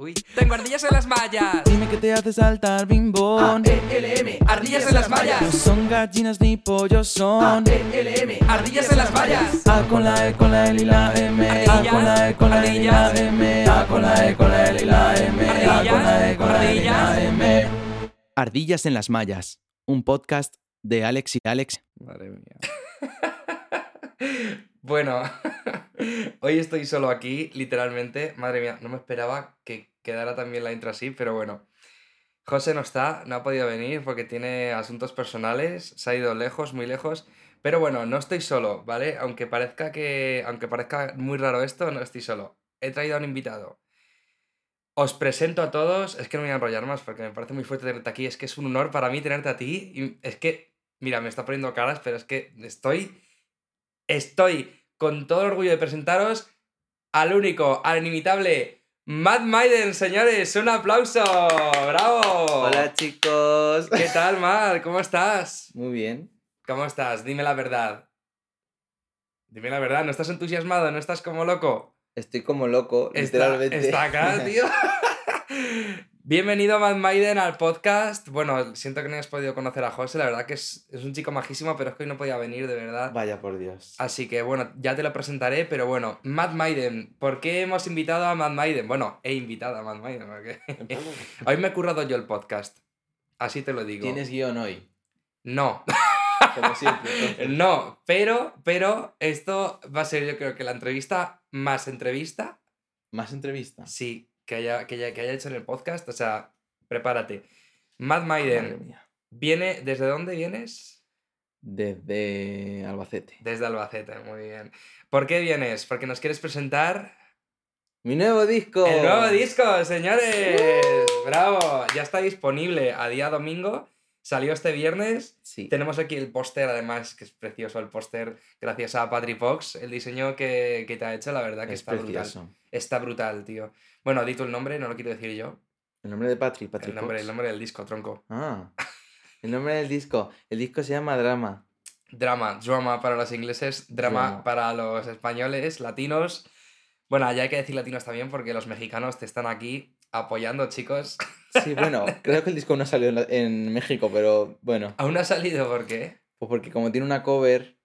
Uy, tengo ardillas en las mallas. Dime qué te hace saltar, bimbón. A-E-L-M, ardillas en las No mallas. son gallinas ni pollos, son A-E-L-M, ardillas en las mallas. A con la E, con la L y la M. A con la E, con la L y la M. A con la E, con la L y la M. A con la E, con la L y la M. Ardillas en las mallas, un podcast de Alex y Alex. Madre mía. Bueno, hoy estoy solo aquí, literalmente. Madre mía, no me esperaba que quedara también la intro así, pero bueno. José no está, no ha podido venir porque tiene asuntos personales, se ha ido lejos, muy lejos. Pero bueno, no estoy solo, ¿vale? Aunque parezca muy raro esto, no estoy solo. He traído a un invitado. Os presento a todos, es que no me voy a enrollar más porque me parece muy fuerte tenerte aquí, es que es un honor para mí tenerte a ti. Y es que, mira, me está poniendo caras, pero es que estoy con todo el orgullo de presentaros al único, al inimitable Matt Maiden, señores. ¡Un aplauso! ¡Bravo! Hola, chicos. ¿Qué tal, Matt? ¿Cómo estás? Muy bien. ¿Cómo estás? Dime la verdad. Dime la verdad, ¿no estás entusiasmado? ¿No estás como loco? Estoy como loco, literalmente. Está acá, tío. Bienvenido, Matt Maiden, al podcast. Bueno, siento que no hayas podido conocer a José, la verdad que es un chico majísimo, pero es que hoy no podía venir, de verdad. Vaya por Dios. Así que bueno, ya te lo presentaré, pero bueno, Matt Maiden. ¿Por qué hemos invitado a Matt Maiden? Bueno, he invitado a Matt Maiden, porque hoy me he currado yo el podcast. Así te lo digo. ¿Tienes guión hoy? No. Como siempre. Entonces. No, pero esto va a ser, yo creo que la entrevista más entrevista. ¿Más entrevista? Sí, que haya hecho en el podcast. O sea, prepárate. Matt Madre Maiden mía. viene. ¿Desde dónde vienes? Desde Albacete. Desde Albacete, muy bien. ¿Por qué vienes? Porque nos quieres presentar ¡Mi nuevo disco! el nuevo disco, señores. ¡Bravo! Ya está disponible a día domingo. Salió este viernes. Sí. Tenemos aquí el póster, además, que es precioso el póster, gracias a Patrick Fox. El diseño que te ha hecho, la verdad que Es está precioso. brutal. Está brutal, tío. Bueno, di tú el nombre, no lo quiero decir yo. El nombre de Patrick El Fox. nombre del disco, tronco. Ah, el nombre del disco. El disco se llama Drama. Drama para los ingleses, drama para los españoles, latinos. Bueno, ya hay que decir latinos también porque los mexicanos te están aquí apoyando, chicos. Sí, bueno, creo que el disco no salió en México, pero bueno. ¿Aún no ha salido? ¿Por qué? Pues porque como tiene una cover,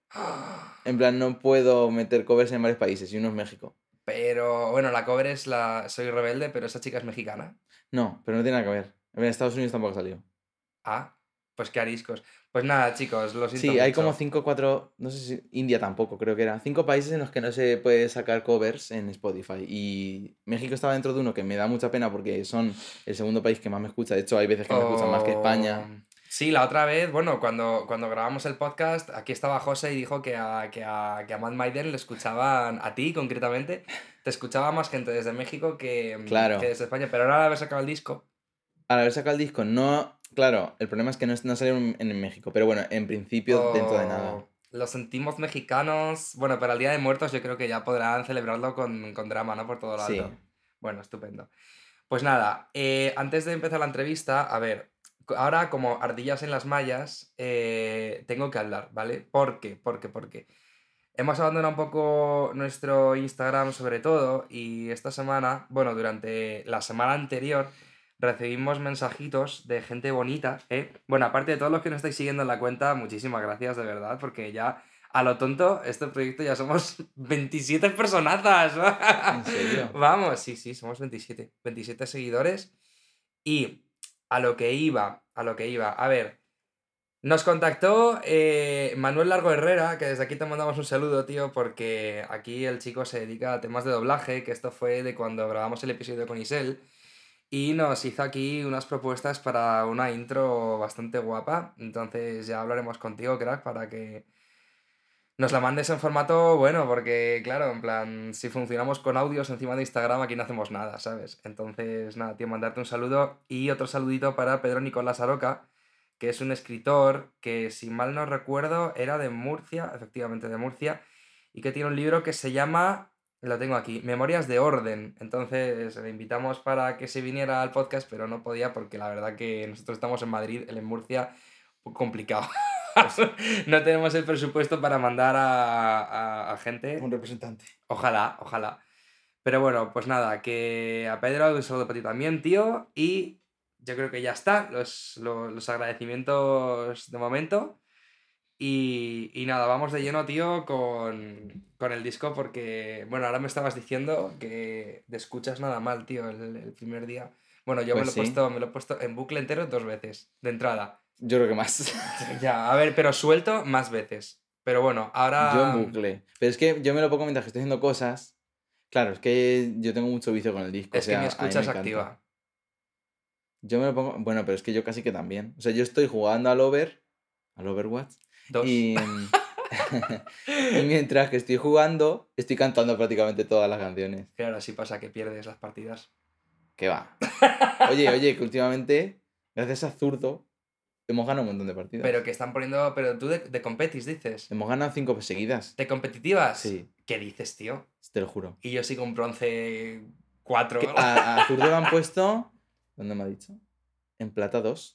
en plan no puedo meter covers en varios países y uno es México. Pero bueno, la cover es la Soy Rebelde, pero esa chica es mexicana. No, pero no tiene nada que ver. En Estados Unidos tampoco salió. Ah, pues qué ariscos. Pues nada, chicos, lo siento Sí, hay mucho. como 5 o 4, no sé si India tampoco, creo que era. 5 países en los que no se puede sacar covers en Spotify. Y México estaba dentro de uno que me da mucha pena porque son el segundo país que más me escucha. De hecho, hay veces que me escuchan más que España. Sí, la otra vez, bueno, cuando grabamos el podcast, aquí estaba José y dijo que a Matt Maiden le escuchaban, a ti concretamente, te escuchaba más gente desde México Claro. que desde España, pero ahora al haber sacado el disco. Al haber sacado el disco, no. Claro, el problema es que no salió en México. Pero bueno, en principio, dentro de nada. Lo sentimos mexicanos. Bueno, pero el Día de Muertos yo creo que ya podrán celebrarlo con drama, ¿no? Por todo lo alto. Sí. Bueno, estupendo. Pues nada, antes de empezar la entrevista, a ver, ahora como ardillas en las mallas, tengo que hablar, ¿vale? ¿Por qué? Porque hemos abandonado un poco nuestro Instagram sobre todo y esta semana, bueno, durante la semana anterior recibimos mensajitos de gente bonita, ¿eh? Bueno, aparte de todos los que nos estáis siguiendo en la cuenta, muchísimas gracias de verdad, porque ya a lo tonto, este proyecto ya somos 27 personazas. ¿En serio? Vamos, sí, somos 27. 27 seguidores. Y a lo que iba. A ver, nos contactó Manuel Largo Herrera, que desde aquí te mandamos un saludo, tío, porque aquí el chico se dedica a temas de doblaje, que esto fue de cuando grabamos el episodio con Isel. Y nos hizo aquí unas propuestas para una intro bastante guapa. Entonces ya hablaremos contigo, crack, para que nos la mandes en formato bueno, porque claro, en plan, si funcionamos con audios encima de Instagram, aquí no hacemos nada, ¿sabes? Entonces, nada, tío, mandarte un saludo y otro saludito para Pedro Nicolás Aroca, que es un escritor que, si mal no recuerdo, era de Murcia, efectivamente de Murcia, y que tiene un libro que se llama, lo tengo aquí, Memorias de Orden. Entonces, le invitamos para que se viniera al podcast, pero no podía porque la verdad que nosotros estamos en Madrid, él en Murcia, un poco complicado. No tenemos el presupuesto para mandar a gente. Un representante. Ojalá. Pero bueno, pues nada, que a Pedro un saludo para ti también, tío. Y yo creo que ya está, los agradecimientos de momento. Y nada, vamos de lleno, tío, con el disco porque, bueno, ahora me estabas diciendo que te escuchas nada mal, tío, el primer día. Bueno, yo Pues sí, me lo he puesto en bucle entero 2 veces, de entrada. yo creo que más. Ya, a ver, pero suelto más veces. Pero bueno, Yo en ahora bucle. Pero es que yo me lo pongo mientras que estoy haciendo cosas. Claro, es que yo tengo mucho vicio con el disco, o es que mi sea, a mí escucha me es encanta. activa. Yo me lo pongo. Bueno, pero es que yo casi que también. O sea, yo estoy jugando al Overwatch, Dos. y. Y mientras que estoy jugando, estoy cantando prácticamente todas las canciones. Claro, así pasa que pierdes las partidas. ¿Qué va? Oye, que últimamente, gracias a Zurdo, hemos ganado un montón de Pero partidas. que están poniendo. Pero tú de competis dices. Hemos ganado 5 seguidas. ¿De competitivas? Sí, ¿Qué dices, tío? te lo juro. Y yo sigo un bronce 4. Que a Zurdo le han puesto. ¿Dónde me ha dicho? En plata 2.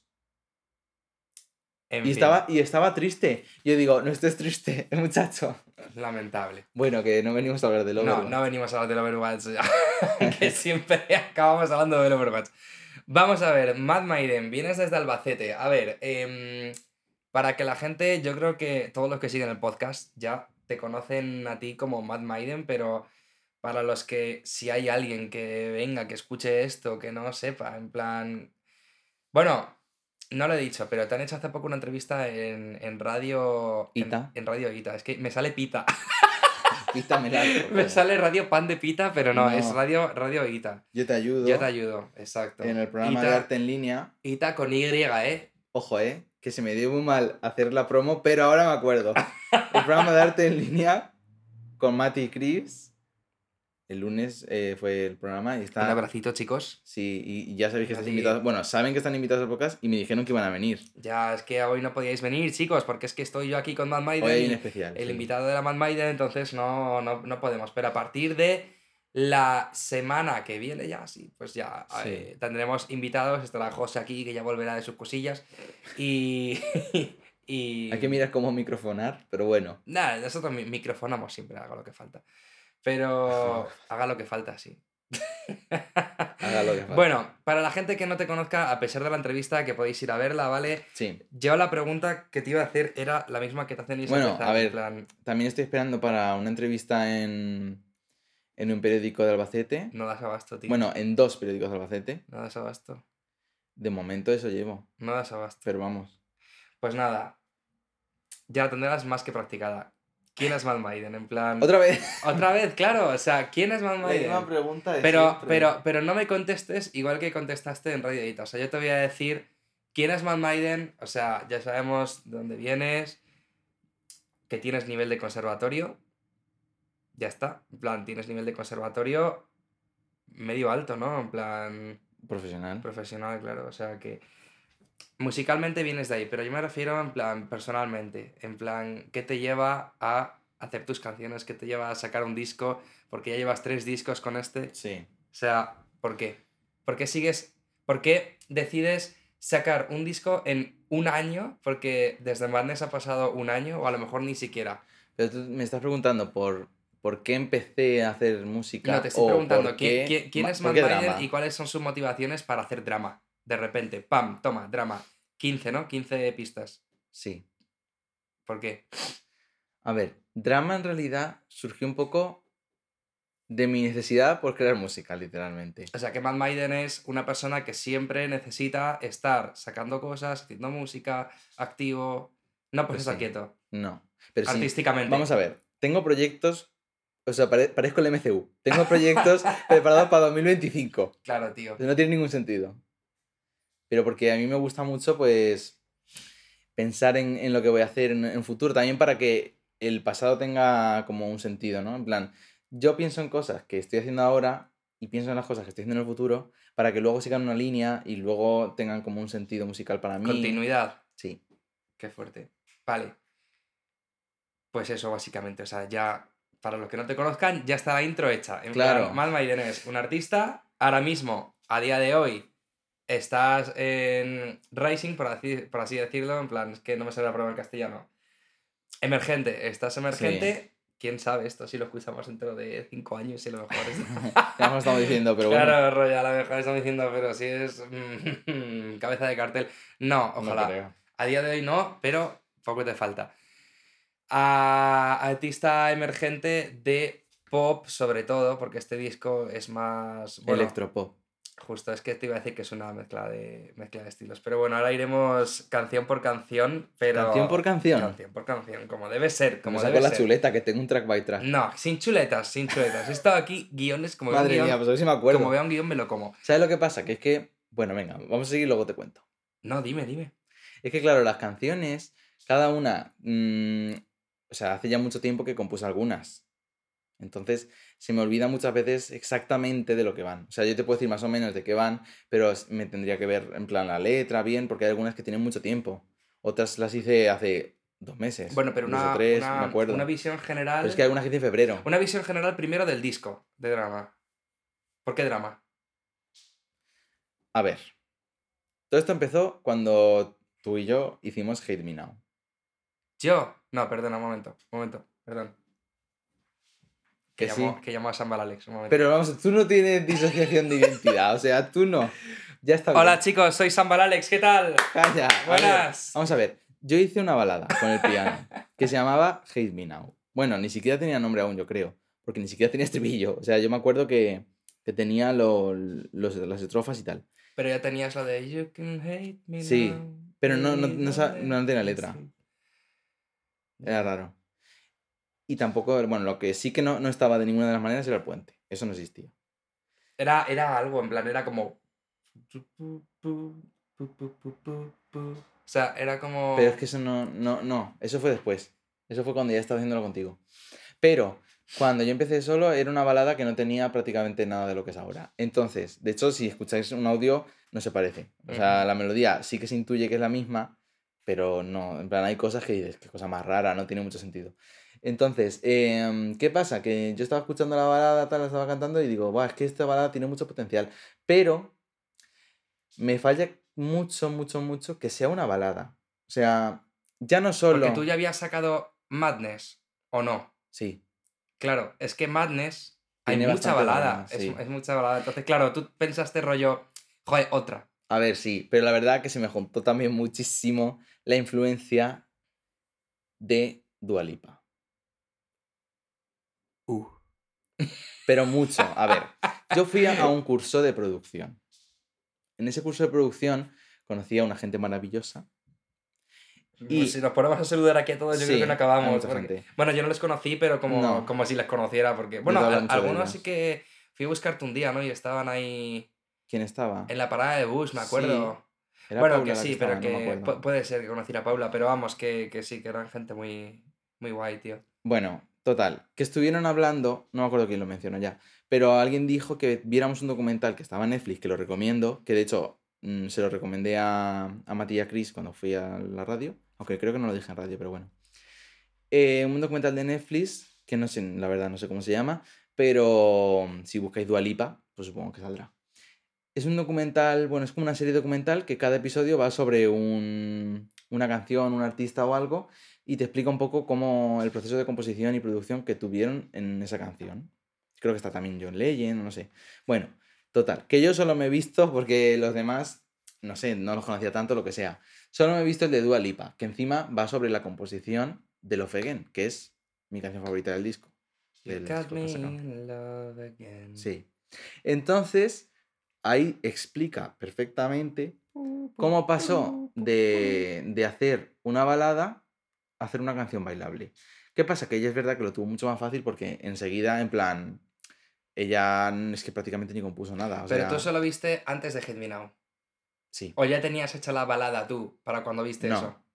En Y fin, estaba triste. Yo digo, no estés triste, muchacho. lamentable. Bueno, que no venimos a hablar del No, Overwatch. no venimos a hablar del Overwatch ya. Que siempre acabamos hablando del Overwatch. Vamos a ver, Mad Maiden, vienes desde Albacete. A ver, para que la gente, yo creo que todos los que siguen el podcast ya te conocen a ti como Mad Maiden, pero para los que, si hay alguien que venga, que escuche esto, que no sepa, en plan. Bueno, no lo he dicho, pero te han hecho hace poco una entrevista en radio. En, Ita, en Radio Ita. Es que me sale Pita. pítamela, por Me favor. sale Radio Pan de Pita, pero no, es No, Radio Ita. yo te Yo te ayudo ayudo, exacto. en el programa de Ita, arte en línea. Ita con Y, ¿eh? Ojo, que se me dio muy mal hacer la promo, pero ahora me acuerdo. El programa de arte en línea con Mati y Chris. El lunes fue el programa y Un está. abracito, chicos. Sí, y ya sabéis que estáis Mati. invitados. Bueno, saben que están invitados al podcast y me dijeron que iban a venir. Ya, es que hoy no podíais venir, chicos, porque es que estoy yo aquí con Mad Hoy Maiden hay un y especial, el sí. invitado de la Mad Maiden, entonces no podemos. Pero a partir de la semana que viene ya, sí, pues ya Sí. tendremos invitados, estará José aquí, que ya volverá de sus cosillas, y... y... Hay que mirar cómo microfonar, pero bueno. Nada, nosotros microfonamos siempre, haga lo que falta. Haga lo que Pero haga lo que falta, sí. Haga lo que falta. Bueno, para la gente que no te conozca, a pesar de la entrevista, que podéis ir a verla, ¿vale? Sí. Yo la pregunta que te iba a hacer era la misma que te hacen Bueno, empezar, a ver, en plan, también estoy esperando para una entrevista en un periódico de Albacete. no das abasto, tío. Bueno, en 2 periódicos de Albacete. No das abasto. De momento eso llevo. No das abasto. Pero vamos. Pues nada, ya la tendrás más que practicada. ¿Quién es Mad Maiden? En plan... Otra vez. Otra vez, claro, o sea, ¿quién es Mad La Maiden? misma pregunta de Pero siempre. no me contestes igual que contestaste en Radio Edita. O sea, yo te voy a decir quién es Mad Maiden. O sea, ya sabemos de dónde vienes, que tienes nivel de conservatorio. Ya está. En plan, tienes nivel de conservatorio medio alto, ¿no? En plan, Profesional. profesional, claro. O sea, que musicalmente vienes de ahí, pero yo me refiero en plan personalmente. En plan, ¿qué te lleva a hacer tus canciones? ¿Qué te lleva a sacar un disco? Porque ya llevas 3 discos con este. Sí. O sea, ¿por qué? ¿Por qué por qué decides sacar un disco en un año? Porque desde Madness ha pasado un año, o a lo mejor ni siquiera. Pero tú me estás preguntando por qué empecé a hacer música No, te estoy o preguntando por qué. quién es ¿Por Mad qué Maiden drama? y cuáles son sus motivaciones para hacer drama. De repente, ¡pam! Toma, drama. 15, ¿no? 15 pistas. Sí. ¿Por qué? A ver, drama en realidad surgió un poco de mi necesidad por crear música, literalmente. O sea, que Mad Maiden es una persona que siempre necesita estar sacando cosas, haciendo música, activo. No, pues Pues está sí. quieto. No. Pero sí. Artísticamente. Vamos a ver. Tengo proyectos. O sea, parezco el MCU. Tengo proyectos preparados para 2025. Claro, tío. No tiene ningún sentido. Pero porque a mí me gusta mucho, pues, pensar en lo que voy a hacer en el futuro. También para que el pasado tenga como un sentido, ¿no? En plan, yo pienso en cosas que estoy haciendo ahora y pienso en las cosas que estoy haciendo en el futuro para que luego sigan una línea y luego tengan como un sentido musical para mí. Continuidad. Sí. Qué fuerte. Vale. Pues eso, básicamente. O sea, ya, para los que no te conozcan, ya está la intro hecha. En Claro. plan, Mad Maiden es un artista. Ahora mismo, a día de hoy, estás en Rising, por así decirlo. En plan, es que no me sale la palabra en castellano. Emergente. Estás emergente. quién sabe esto si lo escuchamos dentro de 5 años y a lo mejor es... Ya nos lo estamos diciendo, pero bueno, Claro, rollo, a lo mejor estamos diciendo, pero si es cabeza de cartel. No, no ojalá. creo. A día de hoy no, pero poco te falta. Artista emergente de pop, sobre todo, porque este disco es más... Bueno, Electropop. justo, es que te iba a decir que es una mezcla de estilos. Pero bueno, ahora iremos canción por canción, pero... Canción por canción. Canción por canción, como debe ser, Me como saco debe la ser. chuleta, que tengo un track by track. No, sin chuletas, sin chuletas. He estado aquí, guiones, como veo un Madre guión, mía, pues a ver si me acuerdo. como veo un guión me lo como. ¿Sabes lo que pasa? Que es que... Bueno, venga, vamos a seguir y luego te cuento. No, dime. Es que claro, las canciones, cada una... o sea, hace ya mucho tiempo que compuse algunas. Entonces, se me olvida muchas veces exactamente de lo que van. O sea, yo te puedo decir más o menos de qué van, pero me tendría que ver en plan la letra bien, porque hay algunas que tienen mucho tiempo. Otras las hice hace 2 meses. Bueno, pero 2 o 3, me una acuerdo. visión general... Pero es que hay algunas que hice en febrero. Una visión general primero del disco de drama. ¿Por qué drama? A ver. Todo esto empezó cuando tú y yo hicimos Hate Me Now. Yo... No, perdona, un momento, perdón. Que sí. Que llamo a Sambal Alex, un momento. Pero vamos, tú no tienes disociación de identidad. O sea, tú no. Ya está bien. Hola chicos, soy Sambal Alex, ¿qué tal? Calla. Buenas. Vamos a ver. Yo hice una balada con el piano que se llamaba Hate Me Now. Bueno, ni siquiera tenía nombre aún, yo creo. Porque ni siquiera tenía estribillo. O sea, yo me acuerdo que tenía las estrofas y tal. Pero ya tenías lo de You can hate me Sí, now, pero no baby, tenía letra. sí. Era raro. Y tampoco, bueno, lo que sí que no estaba de ninguna de las maneras era el puente. Eso no existía. Era algo, en plan, era como... O sea, era como... Pero es que eso no. Eso fue después. Eso fue cuando ya estaba haciéndolo contigo. Pero cuando yo empecé solo era una balada que no tenía prácticamente nada de lo que es ahora. Entonces, de hecho, si escucháis un audio, no se parece. O sea, la melodía sí que se intuye que es la misma, pero no. En plan, hay cosas que dices, qué cosa más rara, no tiene mucho sentido. Entonces, ¿qué pasa? Que yo estaba escuchando la balada, tal, la estaba cantando y digo, es que esta balada tiene mucho potencial. Pero me falla mucho que sea una balada. O sea, ya no solo... Porque tú ya habías sacado Madness, ¿o no? Sí. Claro, es que Madness hay Tiene mucha bastante balada. balada, sí. Es mucha balada. Entonces, claro, tú pensaste rollo, joder, otra. A ver, sí, pero la verdad que se me juntó también muchísimo la influencia de Dua Lipa. Pero mucho. A ver, yo fui a un curso de producción. En ese curso de producción conocí a una gente maravillosa. Y Pues si nos ponemos a saludar aquí a todos, yo sí, creo que no hay acabamos. mucha Porque... gente. Bueno, yo no les conocí, pero No. como si les conociera. Porque, bueno, te hablo mucho de algunos ellos. sí que fui a buscarte un día, ¿no? Y estaban ahí ¿Quién estaba? en la parada de bus, me acuerdo. Era Bueno, Paula que la sí, estaba, pero no me que acuerdo. puede ser que conociera a Paula, pero vamos, que sí, que eran gente muy, muy guay, tío. Bueno, total, que estuvieron hablando, no me acuerdo quién lo mencionó ya, pero alguien dijo que viéramos un documental que estaba en Netflix, que lo recomiendo, que de hecho se lo recomendé a Mati y a Chris cuando fui a la radio, aunque creo que no lo dije en radio, pero bueno. Un documental de Netflix, que no sé, la verdad no sé cómo se llama, pero si buscáis Dua Lipa, pues supongo que saldrá. Es un documental, bueno, es como una serie documental que cada episodio va sobre una canción, un artista o algo, y te explica un poco cómo el proceso de composición y producción que tuvieron en esa canción. Creo que está también John Legend, no sé. Bueno, total, que yo solo me he visto, porque los demás, no sé, no los conocía tanto, lo que sea. Solo me he visto el de Dua Lipa, que encima va sobre la composición de Love Again, que es mi canción favorita del disco. You got me in love again. Sí. Entonces, ahí explica perfectamente cómo pasó de hacer una balada a hacer una canción bailable. ¿Qué pasa? Que ella es verdad que lo tuvo mucho más fácil porque enseguida, en plan, ella es que prácticamente ni compuso nada. O Pero sea, tú solo viste antes de Hate Me Now. sí. ¿O ya tenías hecha la balada tú para cuando viste No. eso?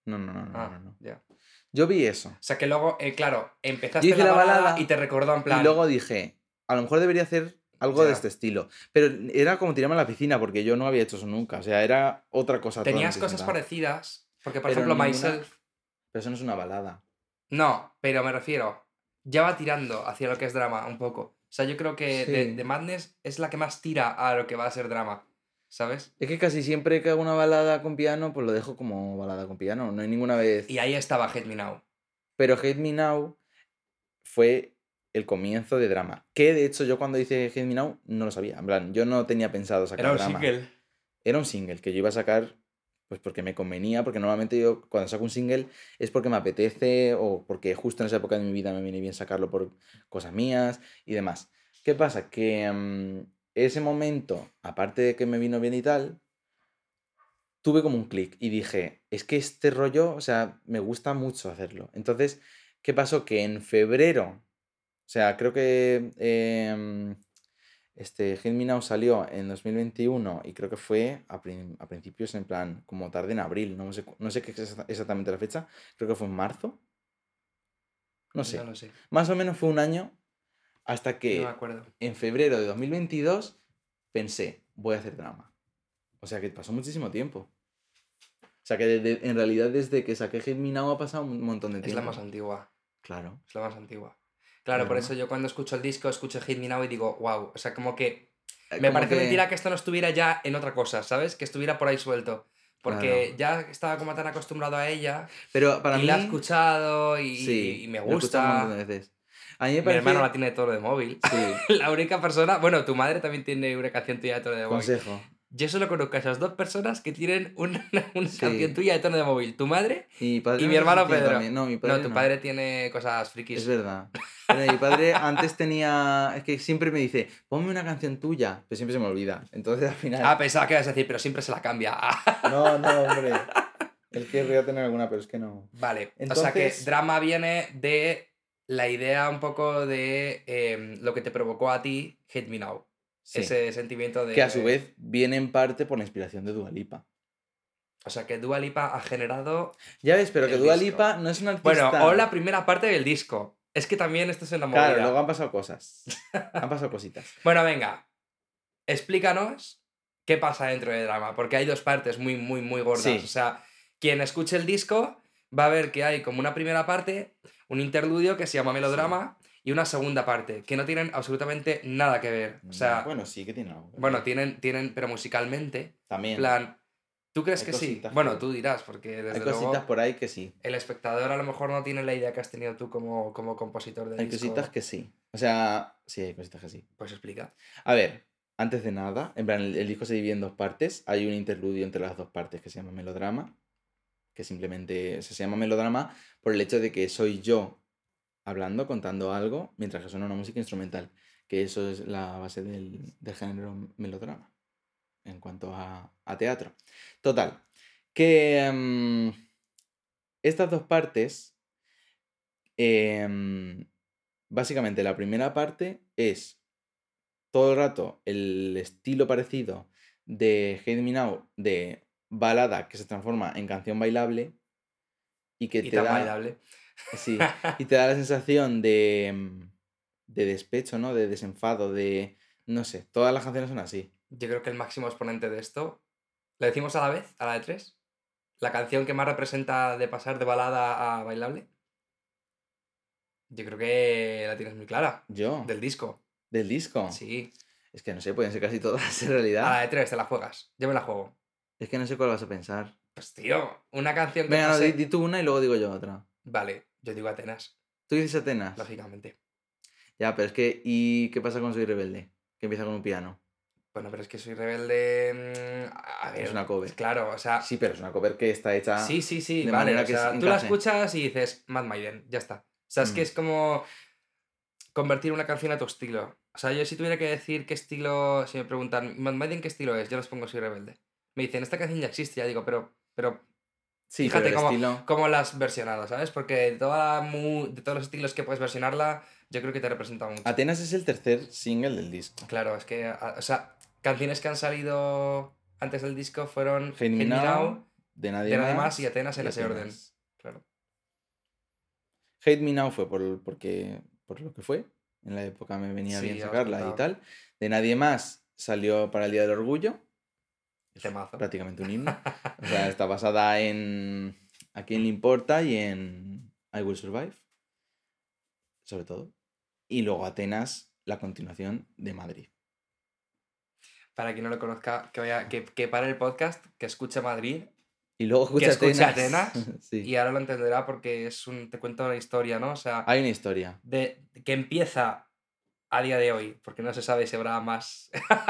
No. Ya. Yo vi eso. O sea que luego, claro, empezaste Yo hice la la balada balada y te recordó en plan... Y luego dije, a lo mejor debería hacer algo Ya. de este estilo. Pero era como tirarme a la piscina porque yo no había hecho eso nunca. O sea, era otra cosa. Tenías totalmente cosas distinta. parecidas, porque por Pero ejemplo ninguna- Myself... Pero eso no es una balada. No, pero me refiero, ya va tirando hacia lo que es drama un poco. O sea, yo creo que Sí. de Madness es la que más tira a lo que va a ser drama, ¿sabes? Es que casi siempre que hago una balada con piano, pues lo dejo como balada con piano. No hay ninguna vez. Y ahí estaba Hate Me Now. Pero Hate Me Now fue el comienzo de Drama. Que de hecho yo cuando hice Hate Me Now no lo sabía. En plan, yo no tenía pensado sacar Era un Drama. single. Era un single que yo iba a sacar pues porque me convenía, porque normalmente yo cuando saco un single es porque me apetece o porque justo en esa época de mi vida me viene bien sacarlo por cosas mías y demás. ¿Qué pasa? Que ese momento, aparte de que me vino bien y tal, tuve como un clic y dije, es que este rollo, o sea, me gusta mucho hacerlo. Entonces, ¿qué pasó? Que en febrero, o sea, creo que Hate Me Now salió en 2021 y creo que fue a principios, en plan, como tarde en abril, no sé qué es exactamente la fecha, creo que fue en marzo, no No sé. lo sé. Más o menos fue un año hasta No me que acuerdo. en febrero de 2022 pensé, voy a hacer Drama. O sea que pasó muchísimo tiempo. O sea que en realidad desde que saqué Hate Me Now ha pasado un montón de Es la tiempo. más antigua. Claro, Es la más antigua. Claro, por ¿verdad? eso yo cuando escucho el disco, escucho Hate Me Now y digo, wow. O sea, como que me Como parece mentira que... que esto no estuviera ya en otra cosa, ¿sabes? Que estuviera por ahí suelto. Claro. Porque ya estaba como tan acostumbrado a ella Pero para y la he mí, escuchado y sí, me lo he escuchado un montón gusta. de veces. A mí me Mi hermano la parece... tiene de Toro de Móvil. Sí, La única persona. Bueno, tu madre también tiene una canción tuya de Toro de Móvil. consejo. Yo solo conozco a esas dos personas que tienen una canción Sí. tuya de Tono de Móvil. Tu madre Y mi padre y no mi sé si hermano tiene Pedro. también. No, mi No, padre tu no. padre tiene cosas Es frikis. verdad. Pero mi padre antes tenía... Es que siempre me dice, ponme una canción tuya. Pero siempre se me olvida. Entonces al Ah, final... pensaba que ibas a decir, pero siempre se la cambia. No, no, hombre. Él querría tener alguna, pero es que no. Vale, o sea que Entonces... drama viene de la idea un poco de lo que te provocó a ti Hate Me Now. Sí. Ese sentimiento Que a su de... vez viene en parte por la inspiración de Dua Lipa. O sea que Dua Lipa ha generado Ya ves, pero que el Dua disco. Lipa no es un Bueno, o artista... la primera parte del disco. Es que también esto es una Claro, luego movida. han pasado cosas. Han pasado cositas. Bueno, venga, explícanos qué pasa dentro de drama, porque hay dos partes muy, muy, muy gordas. O Sí. sea, quien escuche el disco va a ver que hay como una primera parte, un interludio que se llama Sí. melodrama y una segunda parte, que no tienen absolutamente nada que ver. O sea, Bueno, sí que tiene algo que bueno, ver. tienen, pero musicalmente, en También. plan, ¿tú crees Hay que sí? cositas Bueno, que... tú dirás, porque Hay desde cositas luego por ahí que sí. el espectador a lo mejor no tiene la idea que has tenido tú como compositor del Hay cositas disco. que sí. O sea, sí, hay cositas que sí. Pues explica. A ver, antes de nada, en plan, el disco se divide en dos partes. Hay un interludio entre las dos partes que se llama melodrama. Que simplemente se llama melodrama por el hecho de que soy yo hablando, contando algo, mientras que suena una música instrumental. Que eso es la base del género melodrama. En cuanto a teatro. Total. Que estas dos partes, básicamente la primera parte es todo el rato el estilo parecido de Hate Me Now, de balada que se transforma en canción bailable y que Y te tan da, bailable. sí, y te da la sensación de despecho, ¿no? De desenfado, de, no sé, todas las canciones son así. Yo creo que el máximo exponente de esto. ¿Le decimos a la vez? ¿A la de tres? ¿La canción que más representa de pasar de balada a bailable? Yo creo que la tienes muy clara. Yo, Del disco. del disco. Sí. Es que no sé, pueden ser casi todas en A la realidad. de tres te la juegas. Yo me la juego. Es que no sé cuál vas a pensar. Pues tío, una canción que Venga, no, di pase. tú una y luego digo yo otra. Vale, yo digo Atenas, Tú dices Atenas. lógicamente. Ya, pero es que, ¿y qué pasa con Soy Rebelde? Que empieza con un piano. Bueno, pero es que soy rebelde. A Es ver, una cover. claro, o sea. Sí, pero es una cover que está hecha Sí, de vale. manera O que sea, tú la encaje. escuchas y dices Mad Maiden, ya está. O sea, es que Mm. es como convertir una canción a tu estilo. O sea, yo si tuviera que decir qué estilo, si me preguntan, Mad Maiden qué estilo es, yo les pongo Soy Rebelde. Me dicen, esta canción ya existe, ya digo, pero Sí, pero fíjate el estilo... cómo la has versionado, ¿sabes? Porque de todos los estilos que puedes versionarla, yo creo que te representa mucho. Atenas es el tercer single del disco. Claro, es que, o sea, canciones que han salido antes del disco fueron Hate Me Now, De de Nadie Nadie Más Más y Atenas en y ese orden. Atenas. Claro. Hate Me Now fue por lo que fue. En la época me venía Sí, bien ya lo has sacarla y contado. tal. De Nadie Más salió para el Día del Orgullo. Temazo. Prácticamente un himno. O sea, está basada en A quién le importa y en I Will Survive. Sobre todo. Y luego Atenas, la continuación de Madrid. Para quien no lo conozca, que pare el podcast, que escuche Madrid Y luego que escucha escuche Atenas. Atenas Sí. y ahora lo entenderá porque te cuenta una historia, ¿no? O sea, Hay una historia. que empieza a día de hoy, porque no se sabe si habrá más.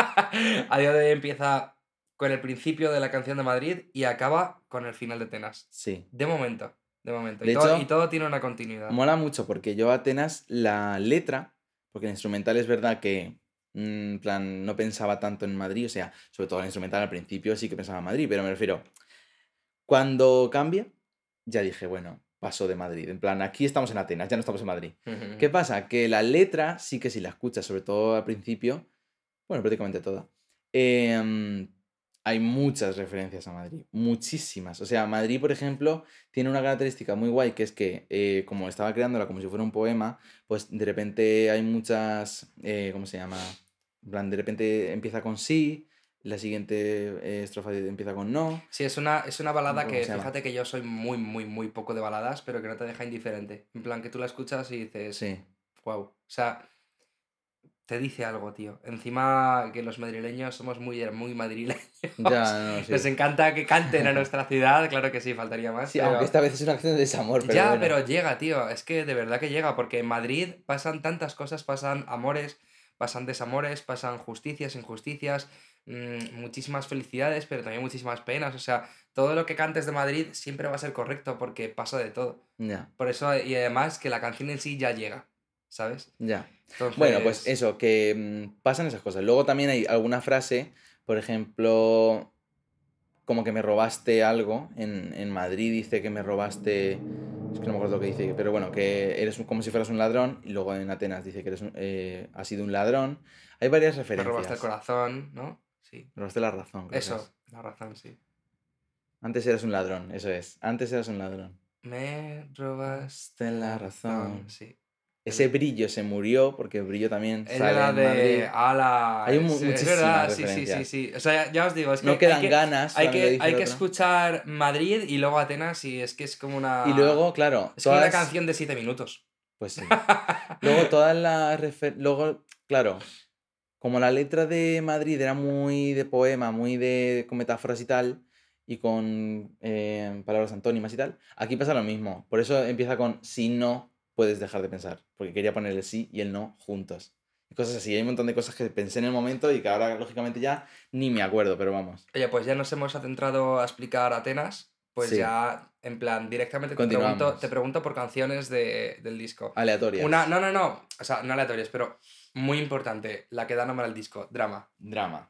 A día de hoy empieza con el principio de la canción de Madrid y acaba con el final de Atenas. Sí. De momento, de momento. De Y hecho, todo tiene una continuidad. mola mucho porque yo Atenas, la letra, porque el instrumental es verdad que, en plan, no pensaba tanto en Madrid, o sea, sobre todo el instrumental al principio sí que pensaba en Madrid, pero me refiero, cuando cambia, ya dije, bueno, paso de Madrid, en plan, aquí estamos en Atenas, ya no estamos en Madrid. ¿Qué pasa? Que la letra sí que si la escuchas, sobre todo al principio, bueno, prácticamente toda, em, hay muchas referencias a Madrid, muchísimas. O sea, Madrid, por ejemplo, tiene una característica muy guay, que es que, como estaba creándola como si fuera un poema, pues de repente hay muchas, ¿cómo se llama? En plan, de repente empieza con sí, la siguiente estrofa empieza con no. Sí, es una balada ¿Cómo que, se llama? fíjate que yo soy muy, muy, muy poco de baladas, pero que no te deja indiferente. En plan, que tú la escuchas y dices, Sí, wow. O sea, te dice algo, tío. Encima que los madrileños somos muy, muy madrileños. ya, no, Nos sí. encanta que canten a nuestra ciudad, claro que sí, faltaría más, Sí, aunque pero... esta vez es una canción de desamor, pero Ya, bueno. pero llega, tío. Es que de verdad que llega, porque en Madrid pasan tantas cosas, pasan amores, pasan desamores, pasan justicias, injusticias, muchísimas felicidades, pero también muchísimas penas. O sea, todo lo que cantes de Madrid siempre va a ser correcto porque pasa de todo. Ya, Por eso, y además que la canción en sí ya llega, ¿sabes? ya. Bueno, pues Entonces, eso, que pasan esas cosas. Luego también hay alguna frase, por ejemplo, como que me robaste algo. En Madrid dice que me robaste. Es que no me acuerdo lo que dice, pero bueno, que eres como si fueras un ladrón. Y luego en Atenas dice que has sido un ladrón. Hay varias me robaste el referencias. corazón, ¿no? Sí. Me robaste la razón, creo que es. Eso, la razón, sí. Antes eras un ladrón, eso es. Antes eras un ladrón. Me robaste Ten la la razón, razón. sí. Ese Brillo se murió porque Brillo también Es sale verdad en de... Madrid. ¡Hala! Hay Es muchísimas verdad, sí, sí, sí, referencias. sí. O sea, ya os digo, es No que hay quedan que, ganas, hay también lo que, dice hay el que otro. escuchar Madrid y luego Atenas y es que es como Y una... luego, claro, Es como una todas. canción de 7 minutos. Pues sí. Luego todas las luego, claro, como la letra de Madrid era muy de poema, muy con metáforas y tal, y con palabras antónimas y tal, aquí pasa lo mismo. Por eso empieza con si no puedes dejar de pensar, porque quería poner el sí y el no juntos. Y cosas así. Hay un montón de cosas que pensé en el momento y que ahora, lógicamente, ya ni me acuerdo, pero vamos. Oye, pues ya nos hemos adentrado a explicar Atenas, pues Sí, ya, en plan, directamente te continuamos. pregunto por canciones del disco. Aleatorias. No, o sea, no aleatorias, pero muy importante, la que da nombre al disco, Drama. Drama.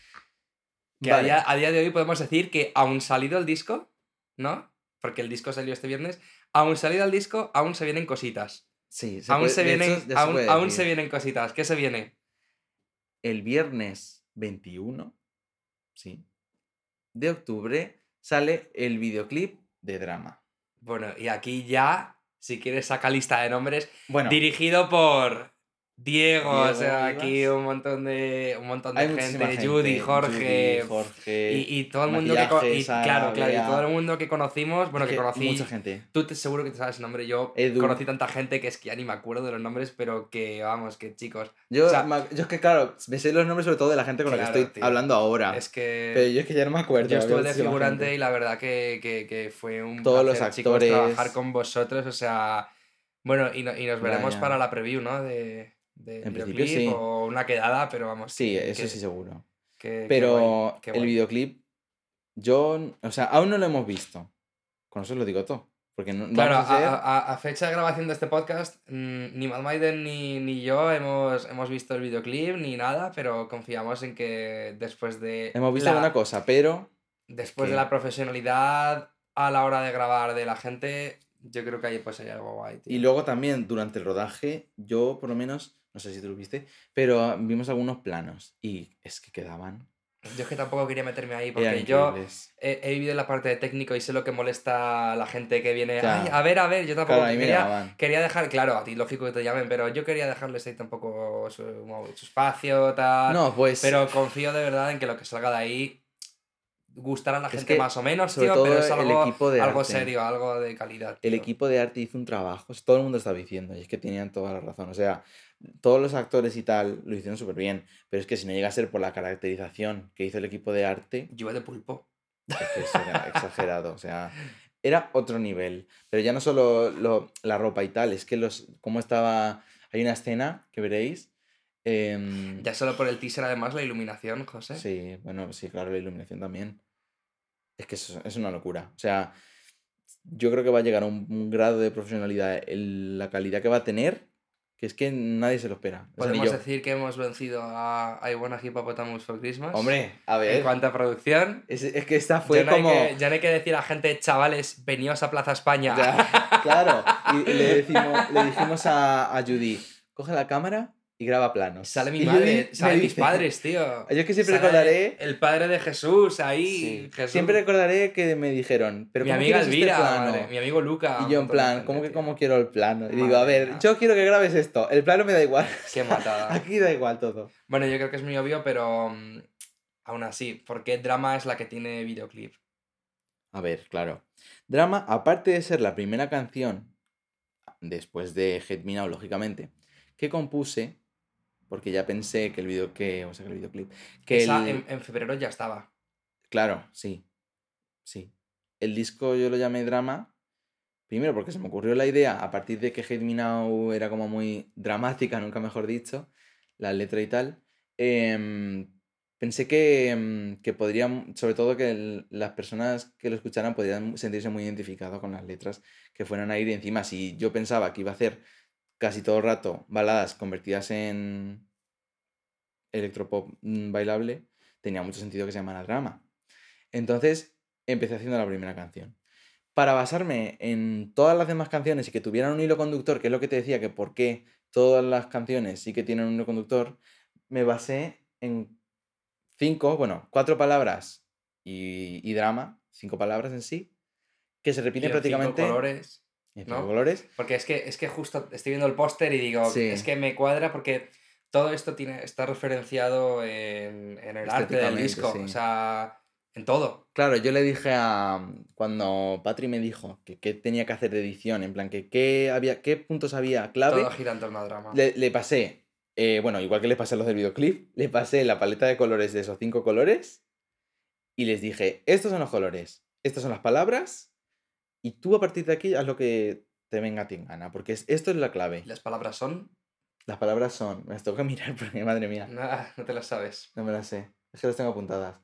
Que Vale. a día de hoy podemos decir que aún salido el disco, ¿no? Porque el disco salió este viernes, aún salido el disco, aún se vienen cositas. Sí, Aún se de hecho, vienen, ya se puede aún se decir. vienen cositas. ¿Qué se viene? El viernes 21, sí, de octubre sale el videoclip de Drama. Bueno, y aquí ya, si quieres, saca lista de nombres. Bueno, Dirigido por Diego, o Diego sea, aquí Vivas. un montón de Hay muchísima gente, Judy, gente. Judy, Jorge, Jorge, y todo el mundo Maquillaje, y Sara, claro, claro, y todo el Bea. mundo que conocimos, Es bueno, que que mucha conocí, gente. seguro que te sabes el nombre, yo Edu. conocí tanta gente que es que ya ni me acuerdo de los nombres, pero que, vamos, que chicos, o Yo, sea, yo es que, claro, me sé los nombres sobre todo de la gente con la que claro, estoy tío, hablando ahora. es Pero que yo es que ya no me acuerdo. yo Había estuve de muchísima figurante gente. y la verdad que fue un Todos los placer, chicos, trabajar actores. con vosotros, o sea, bueno, y nos veremos para Brian. la preview, ¿no? Del En principio videoclip sí. o una quedada, pero vamos, Sí, eso sí seguro. qué guay, Pero qué el guay. videoclip, o sea, aún no lo hemos visto. Con eso os lo digo todo. Porque Claro, vamos a ser. a fecha de grabación de este podcast, ni Mad Maiden ni yo hemos visto el videoclip ni nada, pero confiamos en que Hemos visto alguna cosa, pero es después de la que. profesionalidad a la hora de grabar de la gente, yo creo que ahí pues hay algo guay, Y tío. luego también durante el rodaje, yo por lo menos, no sé si tú lo viste, pero vimos algunos planos y es que quedaban. Yo es que tampoco quería meterme ahí Eran porque yo increíbles. he vivido en la parte de técnico y sé lo que molesta a la gente que viene. Ay, Ya, a ver, yo claro, tampoco a mí me quería, llamaban. quería dejar, claro, a ti lógico que te llamen, pero yo quería dejarles ahí tampoco su espacio, tal. No, pues Pero confío de verdad en que lo que salga de ahí gustará a la es gente más que o menos, sobre tío, pero todo es el algo, equipo de algo arte. serio, algo de calidad, El tío. equipo de arte hizo un trabajo, todo el mundo estaba diciendo, y es que tenían toda la razón. O sea, todos los actores y tal lo hicieron súper bien, pero es que si no llega a ser por la caracterización que hizo el equipo de arte, Yo de pulpo. Es que eso era exagerado, o sea, era otro nivel. Pero ya no solo la ropa y tal, es que cómo estaba... Hay una escena que veréis. Ya solo por el teaser, además, la iluminación, José. Sí, bueno, sí, claro, la iluminación también. Es que es una locura. O sea, yo creo que va a llegar a un grado de profesionalidad la calidad que va a tener, que es que nadie se lo espera. O sea, ni Podemos yo. decir que hemos vencido a I Wanna Hippopotamus for Christmas. Hombre, a En ver, cuanto a producción, es que esta ya fue no hay como... que, ya no hay que decir a gente, chavales, veníos a Plaza España. Ya, claro. Y le dijimos a Judy, coge la cámara y graba planos. Sale mi Y madre, Judy me salen mis dice, padres, tío. yo es que siempre Sale recordaré, el padre de Jesús ahí, sí, Jesús. siempre recordaré que me dijeron, pero Mi ¿cómo amiga quieres este Elvira, madre, plano? mi amigo Luca, Y un yo en montón de plan, gente, cómo tío. quiero el plano? Y digo, a Madre ver, mía, yo quiero que grabes esto, el plano me da igual. qué matada. Aquí da igual todo. Bueno, yo creo que es muy obvio, pero aún así, porque Drama es la que tiene videoclip. A ver, claro. Drama, aparte de ser la primera canción, después de Hate Me Now, lógicamente, que compuse, porque ya pensé que o sea, que el videoclip, que Esa el... en febrero ya estaba. Claro, sí, sí. El disco yo lo llamé Drama, primero porque se me ocurrió la idea, a partir de que Hate Me Now era como muy dramática, nunca mejor dicho, la letra y tal. Pensé que podrían, sobre todo que las personas que lo escucharan podrían sentirse muy identificados con las letras que fueran a ir. Y encima, si yo pensaba que iba a hacer casi todo el rato baladas convertidas en electropop bailable, tenía mucho sentido que se llamara Drama. Entonces empecé haciendo la primera canción. Para basarme en todas las demás canciones y que tuvieran un hilo conductor, que es lo que te decía, que por qué todas las canciones sí que tienen un hilo conductor, me basé en cuatro palabras y drama, 5 palabras en sí, que se repiten Y en 5 prácticamente colores, en 5 colores. Porque es que justo estoy viendo el póster y digo, es Sí, que me cuadra porque todo esto está referenciado en el arte del estéticamente, disco, o sí. sea, en todo. Claro, yo le dije cuando Patri me dijo que qué tenía que hacer de edición, en plan, que qué puntos había Todo clave, gira en torno a Drama. le pasé, bueno, igual que le pasé los del videoclip, le pasé la paleta de colores de esos 5 colores y les dije, estos son los colores, estas son las palabras y tú a partir de aquí haz lo que te venga a ti en gana, porque esto es la clave. Y las palabras son, Las palabras son, me las tengo que mirar porque madre mía, nada, no te las sabes. no me las sé, es que las tengo apuntadas.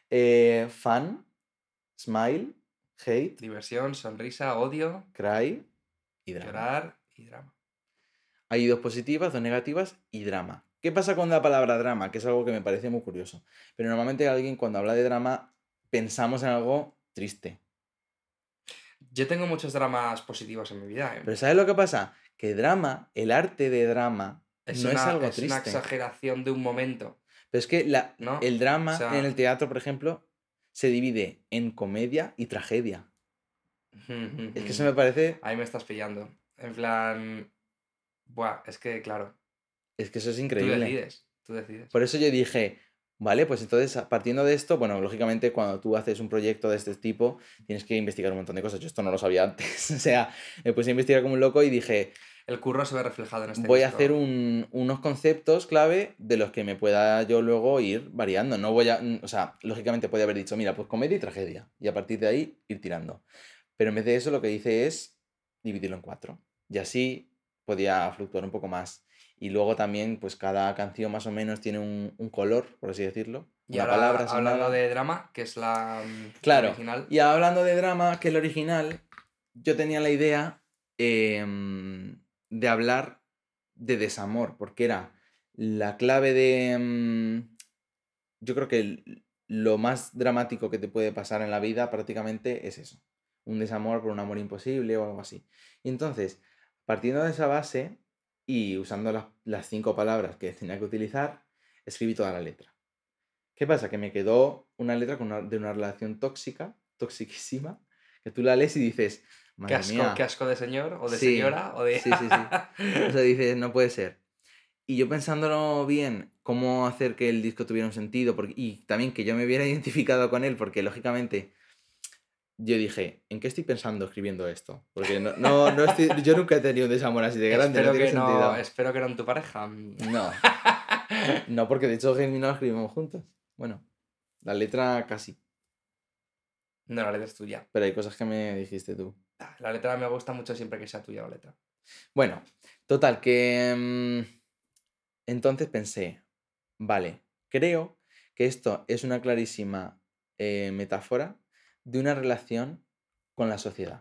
Fun, smile, hate, Diversión, sonrisa, odio, cry y drama. llorar y drama. Hay 2 positivas, 2 negativas y drama. ¿Qué pasa con la palabra drama? Que es algo que me parece muy curioso. Pero normalmente alguien cuando habla de drama pensamos en algo triste. Yo tengo muchos dramas positivos en mi vida, ¿eh? Pero ¿sabes lo que pasa? Que drama, el arte de drama, no es algo Es una triste. exageración de un momento, Pero es que ¿no? el O drama en sea, el teatro, por ejemplo, se divide en comedia y tragedia. Es que eso me parece... ahí me estás pillando. En plan, buah, es que claro, Es que eso es tú increíble. decides, tú decides. Por eso yo dije, vale, pues entonces partiendo de esto, bueno, lógicamente cuando tú haces un proyecto de este tipo, tienes que investigar un montón de cosas. Yo esto no lo sabía antes. O sea, me puse a investigar como un loco y dije, El curro se ve reflejado en este voy a disco. hacer unos conceptos clave de los que me pueda yo luego ir variando. No voy a, o sea, lógicamente podía haber dicho, mira, pues comedia y tragedia. Y a partir de ahí ir tirando. Pero en vez de eso lo que hice es dividirlo en 4. Y así podía fluctuar un poco más. Y luego también, pues cada canción más o menos tiene un color, por así decirlo. Y Una ahora, palabra hablando asignada. de drama, que es la Claro. original, Y hablando de drama, que es el original, yo tenía la idea de hablar de desamor, porque era la clave de... yo creo que lo más dramático que te puede pasar en la vida prácticamente es eso. Un desamor por un amor imposible o algo así. Y entonces, partiendo de esa base y usando las 5 palabras que tenía que utilizar, escribí toda la letra. ¿Qué pasa? Que me quedó una letra de una relación tóxica, toxiquísima, que tú la lees y dices, madre mía. qué asco de señor, o de Sí, señora, o de... sí. O sea, dices, no puede ser. Y yo pensándolo bien, cómo hacer que el disco tuviera un sentido, y también que yo me hubiera identificado con él, porque lógicamente yo dije, ¿en qué estoy pensando escribiendo esto? Porque yo nunca he tenido un desamor así de grande, no tiene sentido. Espero que no en tu pareja. No, no, porque de hecho Gemini no lo escribimos juntos. Bueno, la letra casi. No, la letra es tuya. Pero hay cosas que me dijiste tú. La letra me gusta mucho siempre que sea tuya la letra. Bueno, total, que entonces pensé, vale, creo que esto es una clarísima metáfora de una relación con la sociedad.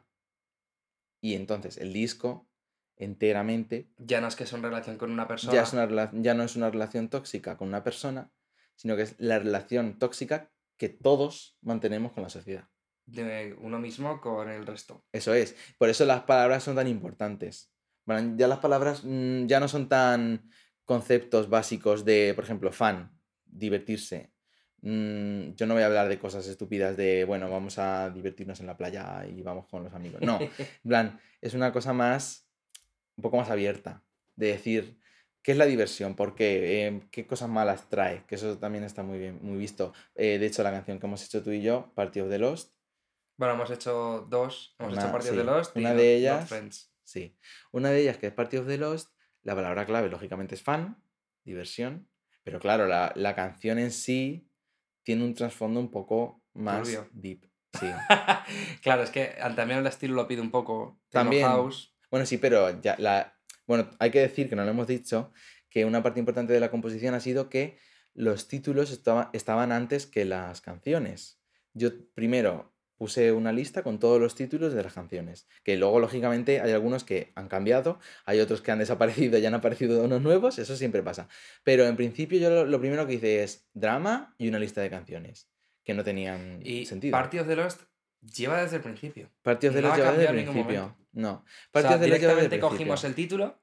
Y entonces el disco enteramente Ya no es que es una relación con una ya, persona. ya no es una relación tóxica con una persona, sino que es la relación tóxica que todos mantenemos con la sociedad. De uno mismo con el resto. Eso es. Por eso las palabras son tan importantes. Bueno, ya las palabras ya no son tan conceptos básicos de, por ejemplo, fan, divertirse. Yo no voy a hablar de cosas estúpidas de, bueno, vamos a divertirnos en la playa y vamos con los amigos. No, en plan, es una cosa más, un poco más abierta, de decir, ¿qué es la diversión? ¿Por qué? ¿Qué cosas malas trae? Que eso también está muy bien, muy visto. De hecho, la canción que hemos hecho tú y yo, Party of the Lost, Bueno, hemos hecho dos. Hemos hecho Party of the sí, Lost y una de Not ellas, Friends. sí, una de ellas que es Party of the Lost, la palabra clave lógicamente es fan, diversión, pero claro, la canción en sí tiene un trasfondo un poco más Turbio. deep, sí. Claro, es que también el estilo lo pide un poco. Techno También, House. bueno, sí, pero ya bueno, hay que decir que no lo hemos dicho, que una parte importante de la composición ha sido que los títulos estaban antes que las canciones. Yo primero puse una lista con todos los títulos de las canciones, que luego lógicamente hay algunos que han cambiado, hay otros que han desaparecido y han aparecido unos nuevos, eso siempre pasa. Pero en principio yo lo primero que hice es drama y una lista de canciones que no tenían Y sentido. Party of the Lost lleva desde el principio. Party of the No Lost ha lleva desde el cambiado en ningún principio. momento. No. O Party sea, of the Lost lleva desde el directamente cogimos principio. el título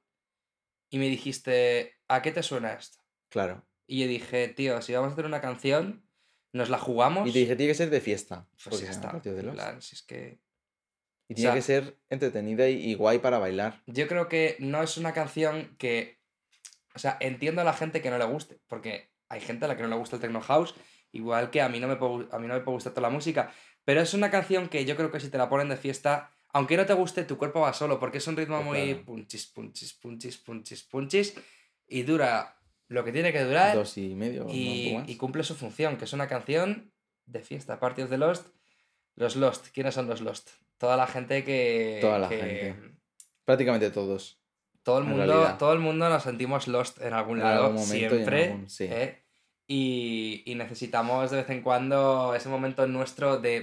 y me dijiste, ¿a qué te suena esto? Claro. Y yo dije, tío, si vamos a hacer una canción, nos la Y te jugamos, dije, tiene que ser de fiesta. pues Porque ya se llama está. Party of the En Lost. plan, si es que... Y O tiene que sea, ser entretenida y guay para bailar. yo creo que no es una canción que... O sea, entiendo a la gente que no le guste, porque hay gente a la que no le gusta el techno house, igual que a mí no me puede gustar toda la música, pero es una canción que yo creo que si te la ponen de fiesta, aunque no te guste, tu cuerpo va solo, porque es un ritmo Pues muy claro. punchis, punchis, punchis, punchis, punchis, y dura lo que tiene que durar 2,5 o un poco y más. cumple su función, que es una canción de fiesta. Party of the Lost. Los Lost, ¿quiénes son los Lost? Toda la gente Toda la gente. Prácticamente todos. En realidad. todo el mundo nos sentimos lost en algún En algún lado, momento y en siempre, algún. Sí. Y necesitamos de vez en cuando ese momento nuestro de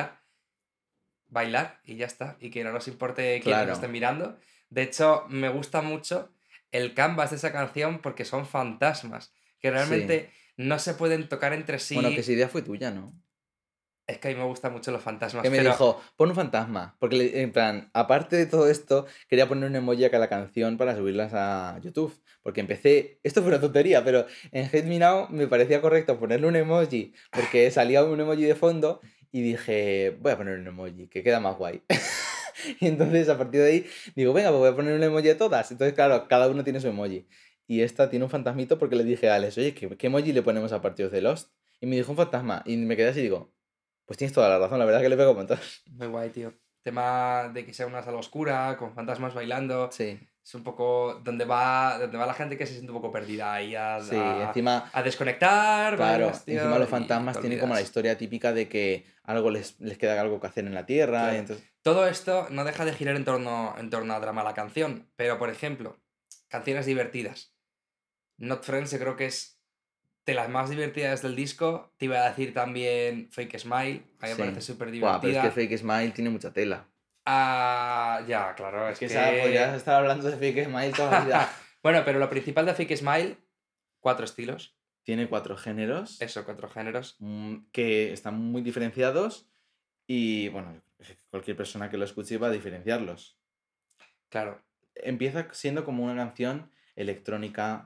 bailar y ya está, y que no nos importe quién nos Claro. esté mirando. De hecho, me gusta mucho el canvas de esa canción porque son fantasmas, que Sí. realmente no se pueden tocar entre sí. Bueno, que esa idea fue tuya, ¿no? Es que a mí me gustan mucho los fantasmas, Que me pero dijo, pon un fantasma. Porque, en plan, aparte de todo esto, quería poner un emoji a cada canción para subirlas a YouTube. Porque empecé. Esto fue una tontería, pero en Hate Me Now me parecía correcto ponerle un emoji. Porque salía un emoji de fondo. Y dije, voy a poner un emoji, que queda más guay. Y entonces a partir de ahí digo, venga, pues voy a poner un emoji de todas. Entonces, claro, cada uno tiene su emoji. Y esta tiene un fantasmito porque le dije a Alex, oye, ¿qué emoji le ponemos a Partidos de Lost? Y me dijo un fantasma. Y me quedé así y digo, pues tienes toda la razón, la verdad es que le pego un montón. muy guay, tío. Tema de que sea una sala oscura, con fantasmas bailando. Sí, Es un poco donde va la gente que se siente un poco perdida ahí sí, encima, a desconectar, claro, bailas, tío, encima los y fantasmas te tienen como la olvidas. historia típica de que algo les queda algo que hacer en la tierra. Y Claro. entonces, Todo esto no deja de girar en torno a drama la canción, pero por ejemplo, canciones divertidas. Not Friends yo creo que es de las más divertidas del disco. Te iba a decir también Fake Smile, a mí me parece sí. súper Buah, pero es que divertida. Fake Smile tiene mucha tela. Ah, ya, claro, Es es que podrías que... estar hablando de Fake Smile toda la vida. Bueno, pero lo principal de Fake Smile, 4 estilos. Tiene 4 géneros Eso, 4 géneros. que están muy diferenciados y, bueno, cualquier persona que lo escuche va a diferenciarlos. Claro. Empieza siendo como una canción electrónica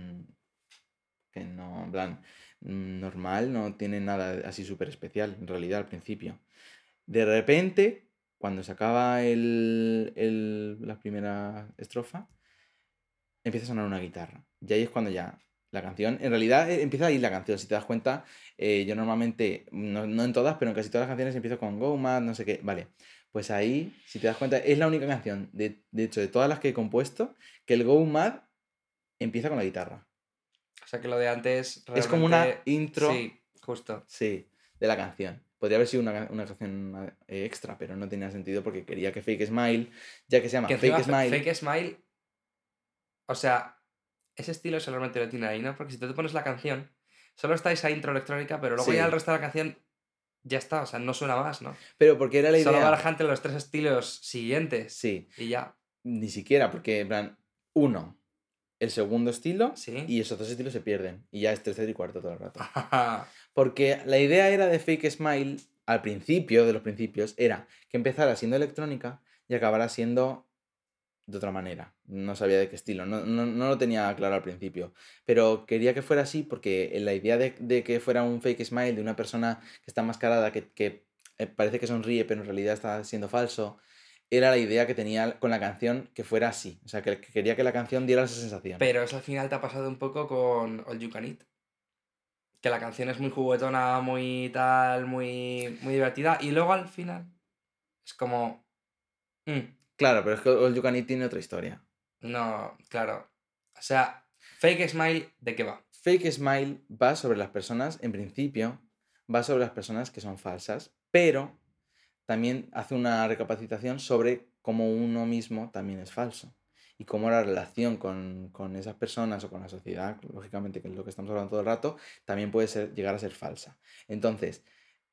que no, en plan, normal, no tiene nada así súper especial, en realidad, al principio. De repente, cuando se acaba la primera estrofa, empieza a sonar una guitarra. Y ahí es cuando ya la canción, en realidad empieza ahí la canción, si te das cuenta, yo normalmente, no en todas, pero en casi todas las canciones empiezo con Go Mad, no sé qué, vale. Pues ahí, si te das cuenta, es la única canción, de hecho, de todas las que he compuesto, que el Go Mad empieza con la guitarra. O sea que lo de antes realmente... Es como una intro, Sí, justo. sí, de la canción. Podría haber sido una canción extra, pero no tenía sentido porque quería que Fake Smile, ya que se llama Que encima Fake Smile... Fake Smile, o sea, ese estilo solamente lo tiene ahí, ¿no? Porque si tú te pones la canción, solo está esa intro electrónica, pero luego ya el Sí, resto de la canción ya está, o sea, no suena más, ¿no? pero porque era la Solo idea... baraja entre los 3 estilos siguientes Sí, y ya. ni siquiera, porque en plan, uno, el segundo estilo ¿Sí? y esos dos estilos se pierden. Y ya es tercero y cuarto todo el rato. Porque la idea era de Fake Smile, al principio de los principios, era que empezara siendo electrónica y acabara siendo de otra manera. No sabía de qué estilo, no lo tenía claro al principio. Pero quería que fuera así porque la idea de que fuera un Fake Smile de una persona que está enmascarada, que parece que sonríe, pero en realidad está siendo falso, era la idea que tenía con la canción que fuera así. O sea, que quería que la canción diera esa sensación. Pero eso al final te ha pasado un poco con All You Can Eat. Que la canción es muy juguetona, muy tal, muy divertida. Y luego al final es como... Claro, pero es que All You Can Eat tiene otra historia. No, claro. O sea, Fake Smile, ¿de qué va? Fake Smile va sobre las personas, en principio, va sobre las personas que son falsas, pero también hace una recapacitación sobre cómo uno mismo también es falso y cómo la relación con esas personas o con la sociedad, lógicamente, que es lo que estamos hablando todo el rato, también puede llegar a ser falsa. Entonces,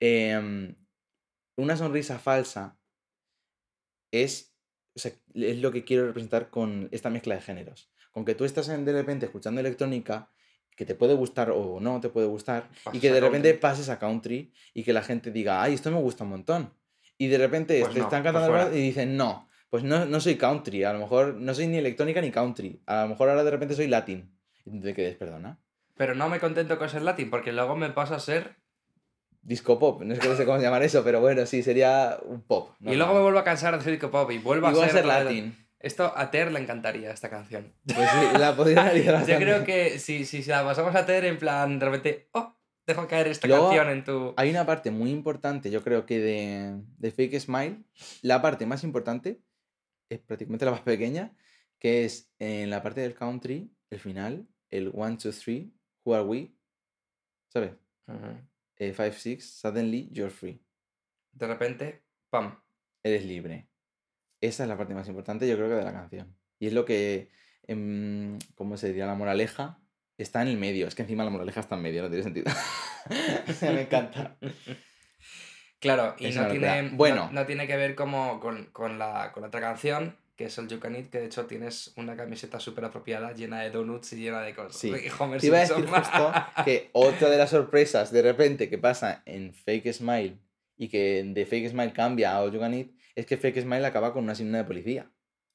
una sonrisa falsa es, o sea, es lo que quiero representar con esta mezcla de géneros. Con que tú estás de repente escuchando electrónica, que te puede gustar o no te puede gustar, y Pasas que a de repente country. pases a country y que la gente diga, ay, esto me gusta un montón. Y de repente Pues te están no, pues cantando fuera. y dicen, no, pues no soy country, a lo mejor no soy ni electrónica ni country, a lo mejor ahora de repente soy latin. Y tú te quedes, perdona. Pero no me contento con ser latín, porque luego me paso a ser... Disco pop, no es que no sé cómo llamar eso, pero bueno, sí, sería un pop, Y luego me normal. vuelvo a cansar de ser hip hop y vuelvo Y a voy a ser ser otra vez... latin. Esto a Ter le encantaría, esta canción. Pues sí, la podrían ayudar Yo bastante. creo que si la pasamos a Ter, en plan, de repente... Oh, dejo caer esta canción Luego en tu... hay una parte muy importante, yo creo que de Fake Smile. La parte más importante es prácticamente la más pequeña, que es en la parte del country, el final, el 1, 2, 3, who are we? ¿Sabes? Ujú. 5, 6, suddenly you're free. De repente, pam. Eres libre. Esa es la parte más importante, yo creo que de la canción. Y es lo que, ¿cómo se diría? La moraleja está en el medio. Es que encima la moraleja está en medio, no tiene sentido. O sea, me encanta. Claro, y Es no una locura. tiene, Bueno, no tiene que ver como con la otra canción, que es el You Can Eat, que de hecho tienes una camiseta súper apropiada, llena de donuts y llena de cosas. sí. Y Homer Te iba a Simpson. decir justo que otra de las sorpresas de repente que pasa en Fake Smile y que de Fake Smile cambia a All You Can Eat es que Fake Smile acaba con una sirena de policía.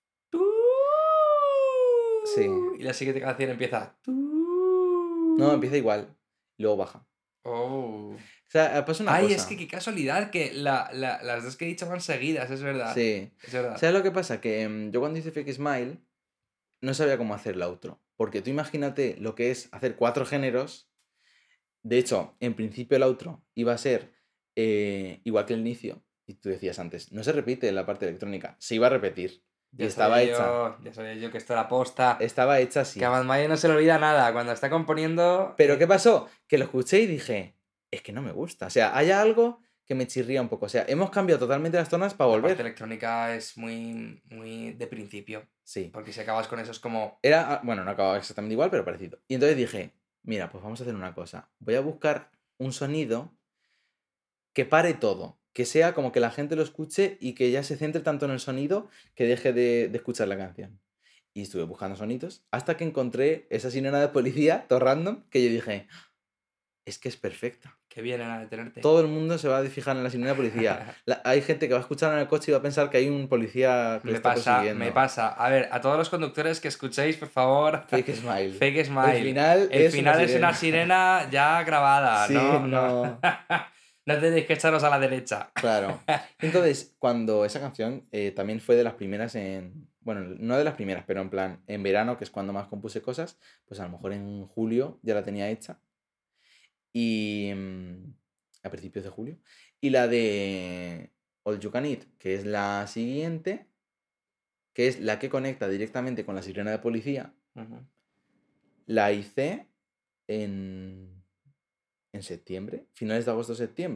Sí. Y la siguiente canción empieza... No, empieza igual. Y luego baja. Oh. O sea, pasa una Ay, es cosa. que qué casualidad que las dos que he dicho van seguidas, es verdad. Sí. Es verdad. ¿Sabes lo que pasa? Que yo cuando hice Fake Smile no sabía cómo hacer la outro. Porque tú imagínate lo que es hacer 4 géneros. De hecho, en principio el outro iba a ser igual que el inicio. Y tú decías antes, no se repite en la parte electrónica. Se iba a repetir. Y Ya estaba hecha. ya sabía yo que esto era posta. Estaba hecha Que a así. Madmaye no se le olvida nada. Cuando está componiendo... Pero ¿qué pasó? Que lo escuché y dije, es que no me gusta. O sea, hay algo que me chirría un poco. O sea, hemos cambiado totalmente las zonas para La parte volver. electrónica es muy de principio. Sí. Porque si acabas con eso es como... Era, bueno, no acababa exactamente igual, pero parecido. Y entonces dije, mira, pues vamos a hacer una cosa. Voy a buscar un sonido que pare todo. Que sea como que la gente lo escuche y que ya se centre tanto en el sonido que deje de escuchar la canción. Y estuve buscando sonidos hasta que encontré esa sirena de policía, todo random, que yo dije, es que es perfecta. Que vienen a detenerte. Todo el mundo se va a fijar en la sirena de policía. Hay gente que va a escuchar en el coche y va a pensar que hay un policía que le está persiguiendo. Me pasa. A ver, a todos los conductores que escuchéis, por favor. Fake Smile. Fake Smile. El final es una sirena ya grabada, Sí, ¿no? no. No tenéis que echaros a la derecha. Claro. Entonces, cuando esa canción también fue de las primeras en... Bueno, no de las primeras, pero en plan, en verano, que es cuando más compuse cosas, pues a lo mejor en julio ya la tenía hecha. Y... a principios de julio. Y la de All You Can Eat, que es la siguiente, que es la que conecta directamente con la sirena de policía, la hice en septiembre, finales de agosto-septiembre.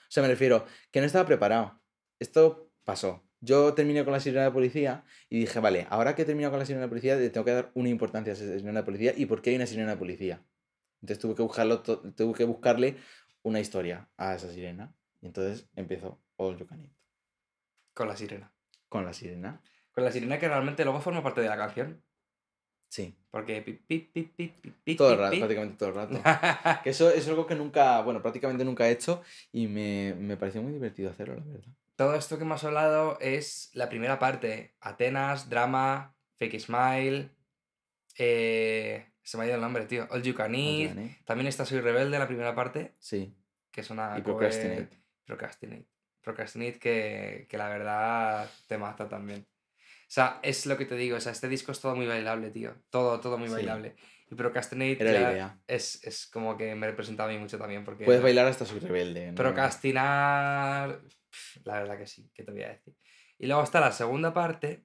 O sea, me refiero que no estaba preparado. Esto pasó. Yo terminé con la sirena de policía y dije, vale, ahora que he terminado con la sirena de policía, le tengo que dar una importancia a esa sirena de policía y por qué hay una sirena de policía. Entonces tuve que buscarle una historia a esa sirena. Y entonces empezó All You Can Eat. Con la sirena. Con la sirena. Con la sirena que realmente luego forma parte de la canción. Sí. Porque pi, pi, pi, pi, pi, pi, Todo el pi, rato, pi. prácticamente todo el rato. Que eso es algo que nunca, bueno, prácticamente nunca he hecho y me pareció muy divertido hacerlo, la verdad. Todo esto que hemos hablado es la primera parte. Atenas, drama, Fake Smile. Se me ha ido el nombre, tío. All You Can All You Eat. Can Eat. También está Soy Rebelde, la primera parte. Sí. Que es una Y cover- Procrastinate. Procrastinate que la verdad te mata también. O sea, es lo que te digo. O sea, este disco es todo muy bailable, tío. Todo muy Sí. bailable. Y Procrastinate Era la ya idea. es como que me representa a mí mucho también. Porque Puedes bailar hasta Soy Rebelde, ¿no? procrastinar, la verdad que sí, ¿qué te voy a decir? Y luego está la segunda parte,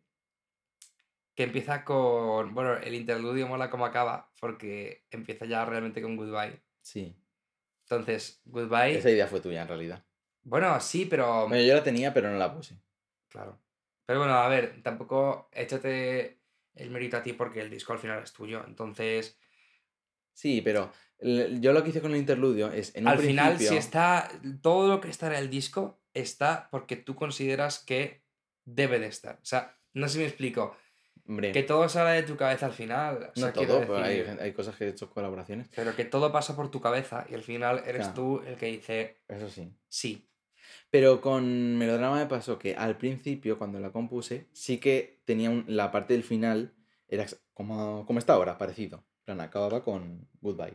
que empieza con, bueno, el interludio mola como acaba, porque empieza ya realmente con Goodbye. Sí. Entonces, Goodbye, Esa idea fue tuya, en realidad. bueno, sí, pero, Bueno, yo la tenía, pero no la puse. claro. Pero bueno, a ver, tampoco échate el mérito a ti porque el disco al final es tuyo. Entonces, Sí, pero yo lo que hice con el interludio es, en un al final, si principio... está, todo lo que está en el disco está porque tú consideras que debe de estar. O sea, no sé si me explico. Hombre, Que todo sale de tu cabeza al final. O sea, no quiero todo, pero decir, hay cosas que he hecho colaboraciones. pero que todo pasa por tu cabeza y al final eres Claro. tú el que dice Eso sí. sí. Pero con Melodrama me pasó que al principio, cuando la compuse, sí que tenía la parte del final, era como está ahora, parecido. En plan, acababa con Goodbye.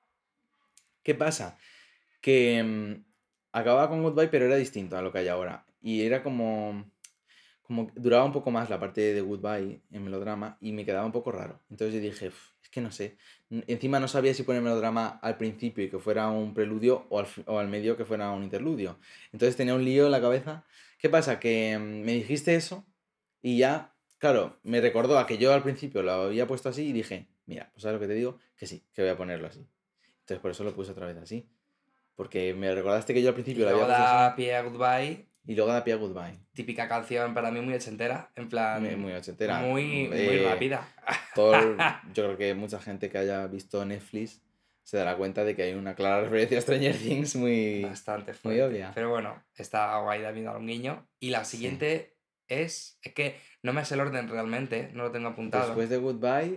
¿Qué pasa? Que acababa con Goodbye, pero era distinto a lo que hay ahora. Y era como duraba un poco más la parte de Goodbye en Melodrama y me quedaba un poco raro. Entonces yo dije, es que no sé. Encima no sabía si poner Melodrama al principio y que fuera un preludio o al medio que fuera un interludio. Entonces tenía un lío en la cabeza. ¿Qué pasa? Que me dijiste eso y ya, claro, me recordó a que yo al principio lo había puesto así y dije, mira, pues sabes lo que te digo, que sí, que voy a ponerlo así. Entonces por eso lo puse otra vez así. Porque me recordaste que yo al Y principio lo había luego puesto da así pie a Goodbye, y luego da pie a Goodbye. típica canción para mí muy ochentera, en plan Muy ochentera. muy rápida. Yo creo que mucha gente que haya visto Netflix se dará cuenta de que hay una clara referencia a Stranger Things muy Bastante muy fuerte. obvia. Pero bueno, está guay David a un guiño. Y la Sí. siguiente es que no me sé el orden realmente, no lo tengo apuntado. Después de Goodbye,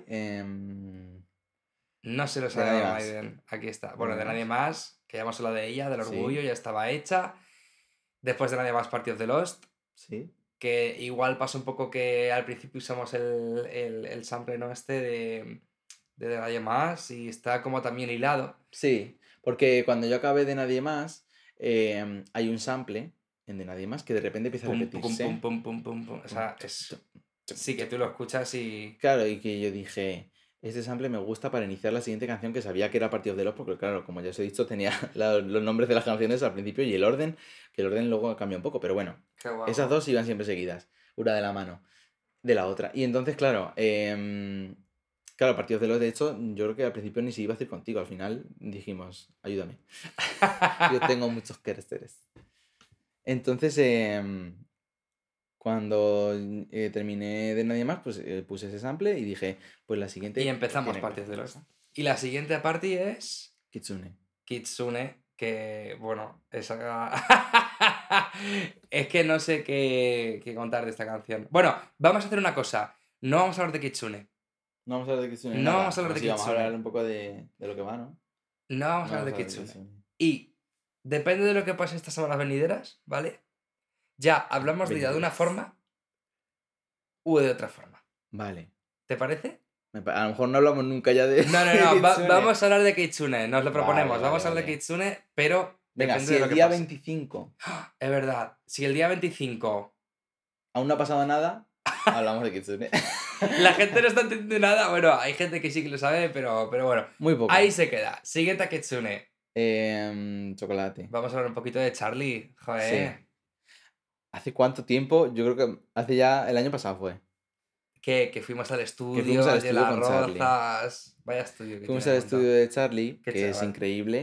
No se lo De sabe Nadie a Más. Maiden. Aquí está. ¿De Bueno, Nadie de Nadie Más, que ya hemos hablado de ella, del Sí. orgullo, ya estaba hecha. Después de Nadie Más, Party of the Lost, Sí. que igual pasa un poco que al principio usamos el sample, ¿no? Este de Nadie Más y está como también hilado. Sí, porque cuando yo acabé de Nadie Más, hay un sample en De Nadie Más que de repente empieza a Pum, pum, repetirse. pum, pum, pum, pum, pum. O sea, es... Sí, que tú lo escuchas y... Claro, y que yo dije, este sample me gusta para iniciar la siguiente canción que sabía que era Party of the Lost, porque claro, como ya os he dicho, tenía los nombres de las canciones al principio y el orden, que el orden luego cambia un poco, pero bueno, Qué guapo. esas dos iban siempre seguidas, una de la mano de la otra. Y entonces, claro, claro, Party of the Lost, de hecho, yo creo que al principio ni se iba a hacer contigo, al final dijimos, ayúdame, yo tengo muchos quereres. Entonces, cuando terminé de Nadie Más, pues puse ese sample y dije, pues la siguiente... Y empezamos tiene que Party of ser the Lost. esa. Y la siguiente party es... Kitsune. Kitsune, que bueno, esa... es que no sé qué contar de esta canción. Bueno, vamos a hacer una cosa. No vamos a hablar de Kitsune. No vamos a hablar de Kitsune. No nada. vamos a hablar de Sí, vamos a Kitsune. hablar un poco de lo que va, ¿no? No vamos a hablar de Kitsune. Y depende de lo que pase estas semanas venideras, ¿vale? Ya hablamos de ella de una forma u de otra forma. Vale. ¿Te parece? A lo mejor no hablamos nunca ya de... No, Kitsune. vamos a hablar de Kitsune, nos lo proponemos. Vale, Vamos a hablar vale. de Kitsune, pero Venga, depende si de lo el que día pase. 25 Es verdad, si el día 25 aún no ha pasado nada, hablamos de Kitsune. la gente no está entendiendo nada, bueno, hay gente que sí que lo sabe, pero bueno, Muy poco. ahí se queda. Siguiente a Kitsune. Chocolate. Vamos a hablar un poquito de Charlie, joder. Sí. ¿Hace cuánto tiempo? Yo creo que hace ya... El año pasado fue. Que fuimos al estudio, fuimos al de estudio las con Charlie. Rozas. Vaya estudio que Fuimos tiene al estudio de Charlie, Qué que es chaval. increíble.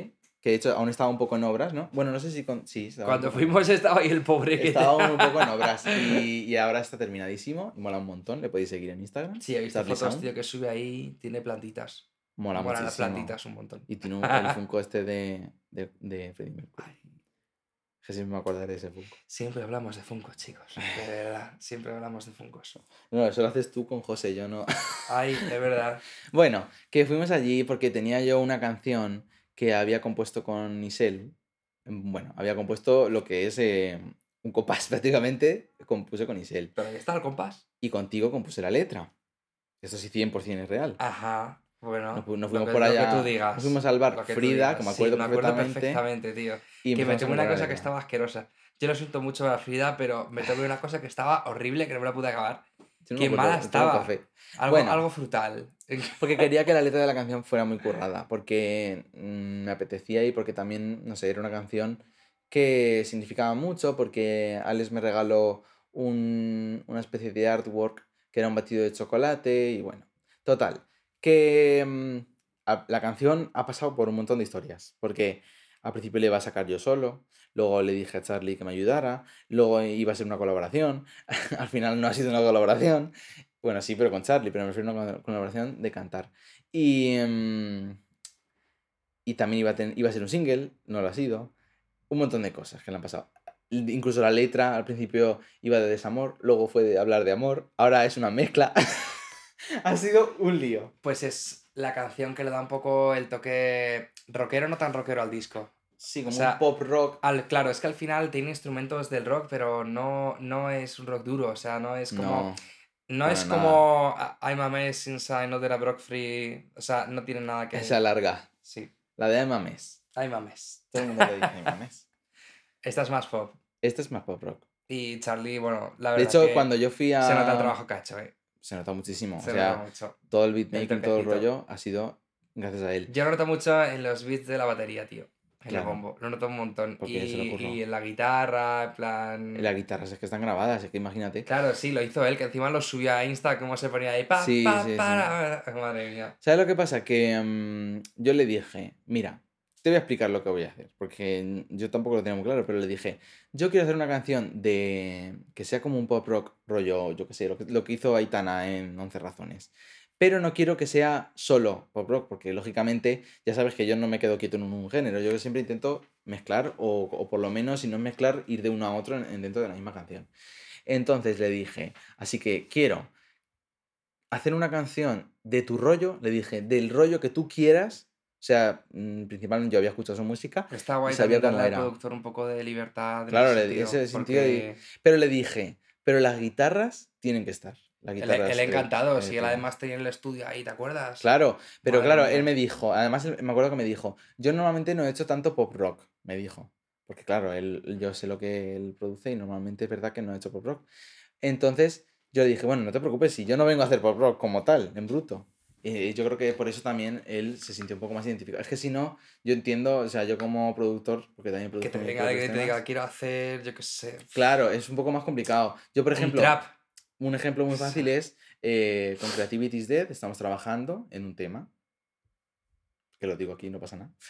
que de hecho aún estaba un poco en obras, ¿no? Bueno, no sé si... Sí, estaba un Cuando poco en fuimos estaba ahí el pobre que... Estaba aún un poco en obras y ahora está terminadísimo y mola un montón. Le podéis seguir en Instagram. Sí, he visto Charlie fotos, Sound. tío, que sube ahí, tiene plantitas. Mola Molan las muchísimo. plantitas un montón. Y tiene el Funko este de Freddie Mercury. Ay, Que siempre me acordaré de ese Funko. siempre hablamos de Funkos, chicos. De verdad, siempre hablamos de Funkos. No, eso lo haces tú con José, yo no. Ay, de verdad. Bueno, que fuimos allí porque tenía yo una canción que había compuesto con Isel. Bueno, había compuesto lo que es un compás prácticamente, compuse con Isel. Pero ahí está el compás. Y contigo compuse la letra. Eso sí, 100% es real. Ajá. Bueno, Nos lo fuimos que- por lo que allá. tú digas. Nos fuimos al bar Lo que tú Frida, digas. que me Sí, acuerdo me acuerdo perfectamente. perfectamente, tío. Y Que me empezamos a tomé una cantar la cosa que letra. estaba asquerosa. Yo lo siento mucho a Frida, pero me tomé una cosa que estaba horrible, que no me la pude acabar. Yo no me Qué acuerdo, mala tomo estaba. café. Algo, Bueno. algo frutal. Porque quería que la letra de la canción fuera muy currada, porque me apetecía y porque también, no sé, era una canción que significaba mucho, porque Alex me regaló una especie de artwork que era un batido de chocolate y bueno, total, que la canción ha pasado por un montón de historias, porque al principio le iba a sacar yo solo, luego le dije a Charlie que me ayudara, luego iba a ser una colaboración, al final no ha sido una colaboración. Bueno, sí, pero con Charlie, pero me refiero a una colaboración de cantar. Y también iba a ser un single, no lo ha sido. Un montón de cosas que le han pasado. Incluso la letra al principio iba de desamor, luego fue de hablar de amor, ahora es una mezcla. Ha sido un lío. Pues es la canción que le da un poco el toque rockero, no tan rockero al disco. Sí, como O sea, un pop rock. Claro, es que al final tiene instrumentos del rock, pero no es un rock duro. O sea, no es como. No, No es para como I'm a mess since I know that I broke free. O sea, no tiene nada que. esa larga. Sí, La de Mames. I'm a mess. Todo el mundo le dice Mames. Esta es más pop. Esta es más pop rock. Y Charlie, bueno, la De verdad hecho, que cuando yo fui a... se nota el trabajo que ha hecho, Se nota muchísimo. Se o sea, nota mucho. todo el beatmaking, todo el toquecito. rollo ha sido gracias a él. Yo lo noto mucho en los beats de la batería, tío. En el Claro. bombo. Lo noto un montón. Porque se lo curró. Y en la guitarra, en plan. Las guitarras es que están grabadas, es que imagínate. Claro, sí, lo hizo él, que encima lo subió a Insta, como se ponía ahí. Sí, sí, Madre mía. ¿Sabes lo que pasa? Que yo le dije, mira, te voy a explicar lo que voy a hacer, porque yo tampoco lo tenía muy claro, pero le dije, yo quiero hacer una canción de que sea como un pop rock rollo, yo qué sé, lo que hizo Aitana en 11 razones. Pero no quiero que sea solo pop rock, porque lógicamente ya sabes que yo no me quedo quieto en un género, yo siempre intento mezclar o por lo menos, si no es mezclar, ir de uno a otro dentro de la misma canción. Entonces le dije, así que quiero hacer una canción de tu rollo, le dije, del rollo que tú quieras. O sea, principalmente yo había escuchado su música. Está guay Y sabía también darle cómo al era. productor un poco de libertad. en Claro, ese ese sentido, sentido porque pero le dije, pero las guitarras tienen que estar. Las él guitarras encantado, si él tema. además tenía el estudio ahí, ¿te acuerdas? Claro, pero Madre claro, mía. él me dijo, además me acuerdo que me dijo, yo normalmente no he hecho tanto pop rock, me dijo. Porque claro, yo sé lo que él produce y normalmente es verdad que no he hecho pop rock. Entonces yo le dije, bueno, no te preocupes, si yo no vengo a hacer pop rock como tal, en bruto. Yo creo que por eso también él se sintió un poco más identificado. Es que si no, yo entiendo, o sea, yo como productor, porque también Que produzco te mis venga, propios que te temas, diga, quiero hacer, yo qué sé. claro, es un poco más complicado. Yo, por ejemplo, Un trap. un ejemplo muy fácil es con Creativity is Dead, estamos trabajando en un tema, que lo digo aquí, no pasa nada.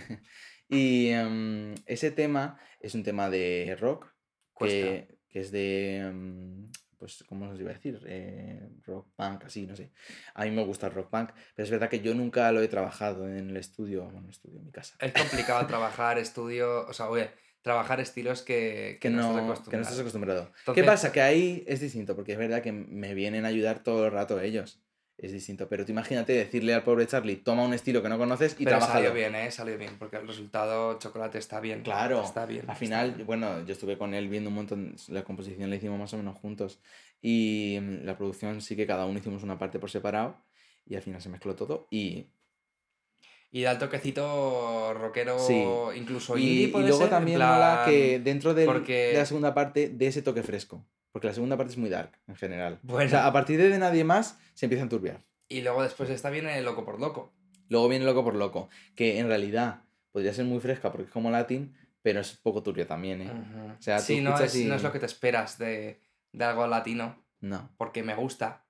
Y ese tema es un tema de rock, que es de, pues, ¿cómo os iba a decir? Rock punk, así, no sé. A mí me gusta el rock punk, pero es verdad que yo nunca lo he trabajado en el estudio, bueno, estudio en mi casa. Es complicado trabajar estudio, o sea, oye, trabajar estilos que no estás acostumbrado. ¿Qué Entonces- pasa? Que ahí es distinto, porque es verdad que me vienen a ayudar todo el rato ellos. Es distinto. Pero tú imagínate decirle al pobre Charlie, toma un estilo que no conoces y Pero trabájalo. salió bien, porque el resultado chocolate está bien. Claro, Está bien. al final, bueno, yo estuve con él viendo un montón, la composición la hicimos más o menos juntos y la producción sí que cada uno hicimos una parte por separado y al final se mezcló todo y da el toquecito rockero, sí. incluso Y indie puede luego ser, también en mola plan, que dentro de porque- la segunda parte de ese toque fresco, porque la segunda parte es muy dark en general. Bueno. O sea, a partir de Nadie Más se empieza a enturbiar. Y luego después está bien el Loco por Loco. Luego viene Loco por Loco, que en realidad podría ser muy fresca porque es como latín, pero es poco turbio también, ¿eh? Ujú. O sea, tú sí, no escuchas es lo que te esperas de algo latino, No. porque me gusta.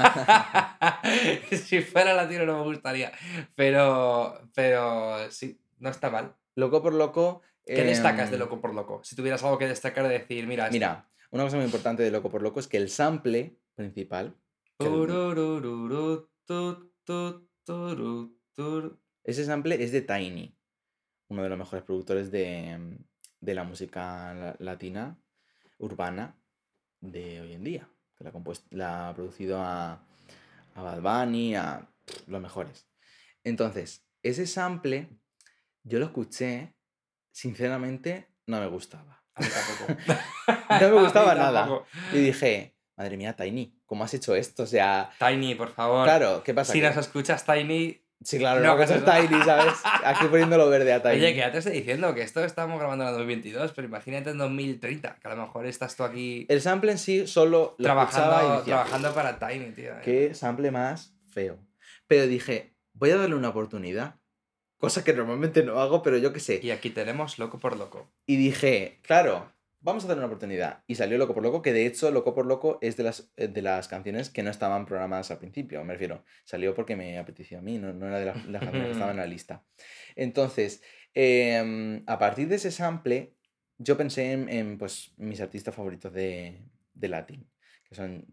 Si fuera latino no me gustaría. Pero sí, no está mal. Loco por Loco... ¿Qué destacas de Loco por Loco? Si tuvieras algo que destacar de decir, mira, Mira, una cosa muy importante de Loco por Loco es que el sample principal... Ese sample es de Tiny, uno de los mejores productores de la música latina, urbana, de hoy en día. Que la ha producido a Bad Bunny, a los mejores. Entonces, ese sample, yo lo escuché, sinceramente, no me gustaba. A mí tampoco. No me gustaba A mí nada. tampoco. Y dije, madre mía, Tiny, ¿cómo has hecho esto? O sea, Tiny, por favor. claro, ¿qué pasa? Si Que- nos escuchas, Tiny. Sí, claro, No no, que hagas es Tiny, ¿sabes? Aquí poniéndolo verde a Tiny. Oye, que ya te estoy diciendo que esto estamos grabando en el 2022, pero imagínate en 2030, que a lo mejor estás tú aquí El sample en sí solo lo escuchaba y decía, trabajando para Tiny, tío. qué sample más feo. Pero dije, voy a darle una oportunidad. Cosa que normalmente no hago, pero yo qué sé. Y aquí tenemos Loco por Loco. Y dije, claro, vamos a darle una oportunidad. Y salió Loco por Loco, que de hecho Loco por Loco es de las canciones que no estaban programadas al principio. Me refiero, salió porque me apeteció a mí, no era de las canciones que estaban en la lista. Entonces, a partir de ese sample, yo pensé en pues, mis artistas favoritos de Latin, que son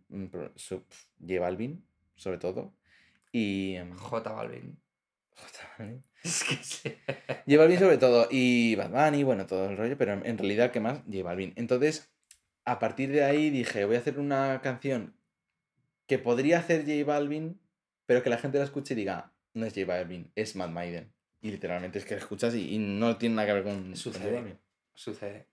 J Balvin, sobre todo, y... J Balvin. Es que sí. J Balvin sobre todo, y Bad Bunny, bueno, todo el rollo, pero en realidad, ¿qué más? J Balvin. Entonces, a partir de ahí dije, voy a hacer una canción que podría hacer J Balvin, pero que la gente la escuche y diga, no es J Balvin, es Mad Maiden. Y literalmente es que la escuchas y no tiene nada que ver con J Balvin. Sucede.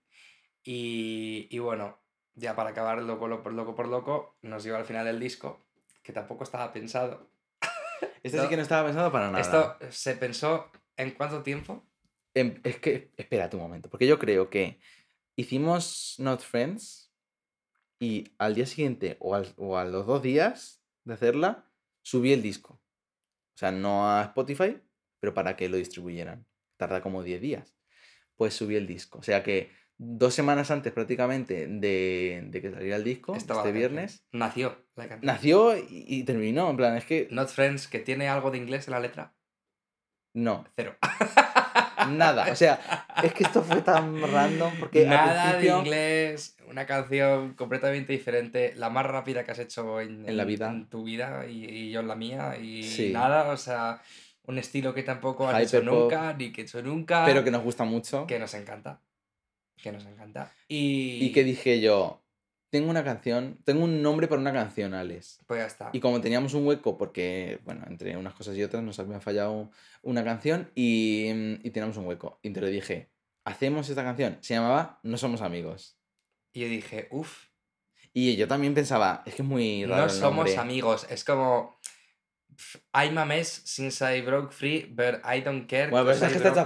Y bueno, ya para acabar Loco por Loco, nos lleva al final del disco, que tampoco estaba pensado. Este sí que no estaba pensado para nada. ¿Esto se pensó en cuánto tiempo? Es que, espérate un momento, porque yo creo que hicimos Not Friends y al día siguiente o a los 2 días de hacerla, subí el disco. O sea, no a Spotify, pero para que lo distribuyeran. Tarda como 10 días. Pues subí el disco. O sea que 2 semanas antes prácticamente de que saliera el disco, Estaba este la canción. viernes, Nació la canción. nació y terminó. En plan, es que Not Friends, que tiene algo de inglés en la letra. no, Cero. nada. O sea, es que esto fue tan random porque al Nada principio... de inglés, una canción completamente diferente, la más rápida que has hecho En la vida. en tu vida y yo en la mía, y Sí. nada, o sea, un estilo que tampoco has hecho Hyperpop, nunca, ni que he hecho nunca, pero que nos gusta mucho. que nos encanta. Que nos encanta. Y que dije yo, tengo una canción, tengo un nombre para una canción, Alex. Pues ya está. Y como teníamos un hueco, porque, bueno, entre unas cosas y otras nos había fallado una canción y teníamos un hueco. Y te lo dije, hacemos esta canción. Se llamaba No Somos Amigos. Y yo dije, uff, Y yo también pensaba, es que es muy raro no el somos nombre. amigos, es como... I'm a mess since I broke free, but I don't care. Bueno, pero esa es que está hecha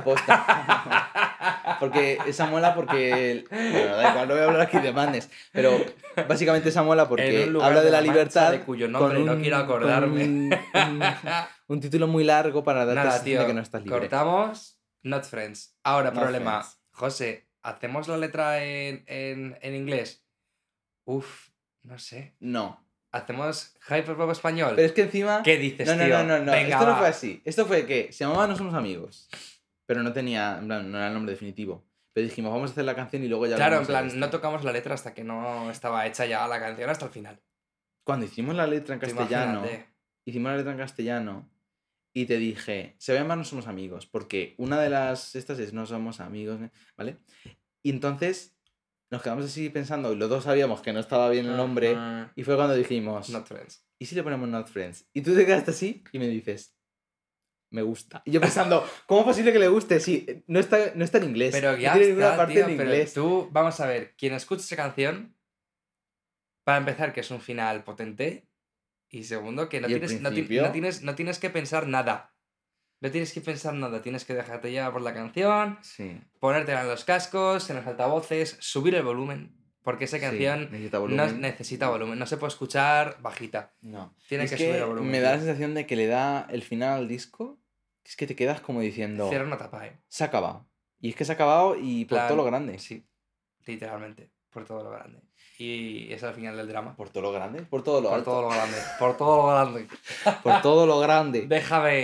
posta. Porque esa mola porque... Bueno, da igual, no voy a hablar aquí de manes. Pero básicamente esa mola porque habla de la libertad de cuyo nombre no quiero acordarme. Un título muy largo para darte la Nada, sensación tío, de que no estás libre. cortamos Not Friends. Ahora, Not problema. Friends. José, ¿hacemos la letra en inglés? Uf, no sé. No. ¿Hacemos Hyperpop español? Pero es que encima... ¿Qué dices, no, tío? No. Venga, Esto no va. fue así. Esto fue que se llamaba No Somos Amigos. Pero no tenía... En plan, no era el nombre definitivo. Pero dijimos, vamos a hacer la canción y luego ya... Claro, en hablamos de plan, esto. no tocamos la letra hasta que no estaba hecha ya la canción hasta el final. Cuando hicimos la letra en Tú castellano... imagínate. Hicimos la letra en castellano y te dije, se va a llamar No Somos Amigos, porque una de las estas es No Somos Amigos, ¿vale? Y entonces nos quedamos así pensando, y los dos sabíamos que no estaba bien el nombre, y fue cuando dijimos, Not Friends. ¿y si le ponemos Not Friends? Y tú te quedaste así y me dices, me gusta. Y yo pensando, ¿cómo es posible que le guste? Sí, no está en inglés. Pero ya no tiene ninguna está, parte tío, en pero inglés. tú, vamos a ver, quien escuche esa canción, para empezar, que es un final potente, y segundo, que no ¿Y el tienes, principio? no tienes que pensar nada. No tienes que pensar nada, tienes que dejarte llevar por la canción, Sí. ponértela en los cascos, en los altavoces, subir el volumen, porque esa Sí, canción necesita no volumen. necesita volumen, no se puede escuchar bajita. No. Tiene Es que que subir el volumen. me da la tío. sensación de que le da el final al disco, que es que te quedas como diciendo, Cierra una tapa, se ha acabado. Y es que se ha acabado y por Plan, todo lo grande. Sí, literalmente, por todo lo grande. Y es al final del drama. ¿Por todo lo grande? Por todo lo Por alto. todo lo grande, por todo lo grande. Por todo lo grande. Déjame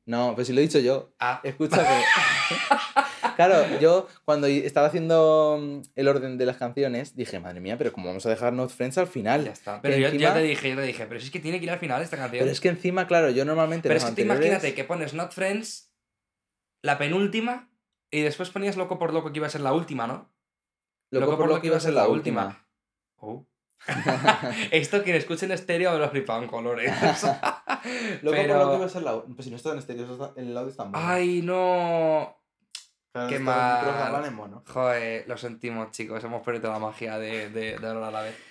No, pues si lo he dicho yo. Ah, Escucha que... Claro, yo cuando estaba haciendo el orden de las canciones, dije, madre mía, pero ¿cómo vamos a dejar Not Friends al final? ya está. Que Pero yo encima... te dije, pero si es que tiene que ir al final esta canción. Pero es que encima, claro, yo normalmente Pero los es que tú anteriores... imagínate que pones Not Friends, la penúltima, y después ponías Loco por Loco que iba a ser la última, ¿no? Loco por lo que iba a ser la última. Oh. Esto quien escuche en estéreo me lo flipa en colores. Loco por lo que Pero... iba a ser la última. Pues si no está en estéreo, el audio está en mono. ¡Ay, no! Claro, ¡Qué los micros mal! hablan en mono. Joder, lo sentimos, chicos. Hemos perdido la magia de hablar a la vez.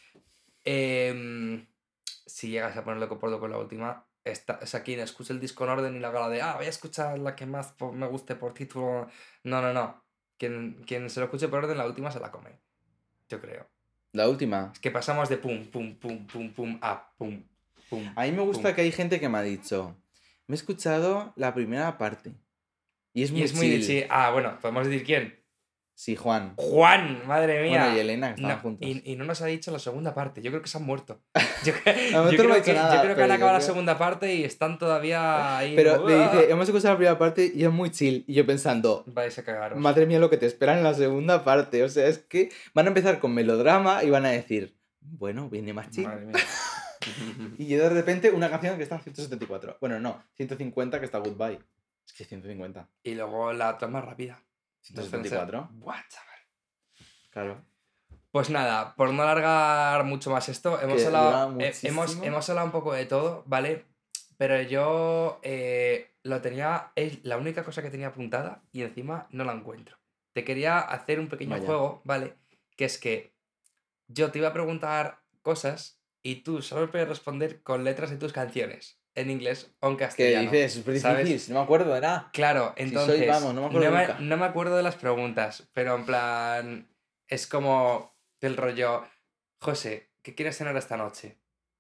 Si llegas a poner Loco por Loco en la última, o sea, quien escuche el disco en orden y la gala de voy a escuchar la que más me guste por título. No. Quien se lo escuche por orden, la última se la come. Yo creo. La última. Es que pasamos de pum, pum, pum, pum, pum, a pum, pum. A mí me gusta pum. que hay gente que me ha dicho, me he escuchado la primera parte. Y es Y muy es muy de chill. chill. Bueno, podemos decir quién. Sí, Juan. ¡Juan! ¡Madre mía! Bueno, y Elena, que estaban No, juntos. y no nos ha dicho la segunda parte. Yo creo que se han muerto. Yo no me ha dicho nada, yo creo que pero han yo acabado la creo- segunda parte y están todavía ahí. Pero le dice, hemos escuchado la primera parte y es muy chill. Y yo pensando, Vais a cagaros. madre mía lo que te espera en la segunda parte. O sea, es que van a empezar con melodrama y van a decir, bueno, viene más chill. Madre mía. Y de repente una canción que está en 174. Bueno, no, 150 que está Goodbye. Es que 150. Y luego la otra más rápida. 174. Buah, chaval. Claro. Pues nada, por no alargar mucho más esto, hemos Que hablado, dura muchísimo. hemos hablado un poco de todo, ¿vale? Pero yo lo tenía, es la única cosa que tenía apuntada y encima no la encuentro. Te quería hacer un pequeño Vaya. juego, ¿vale? Que es que yo te iba a preguntar cosas y tú solo puedes responder con letras de tus canciones, en inglés o en ¿Qué castellano. dices? Es súper ¿sabes? difícil, si no me acuerdo, era. Claro, Si entonces, soy, vamos, no me acuerdo nunca. no me acuerdo de las preguntas, pero en plan, es como del rollo, José, ¿qué quieres cenar esta noche?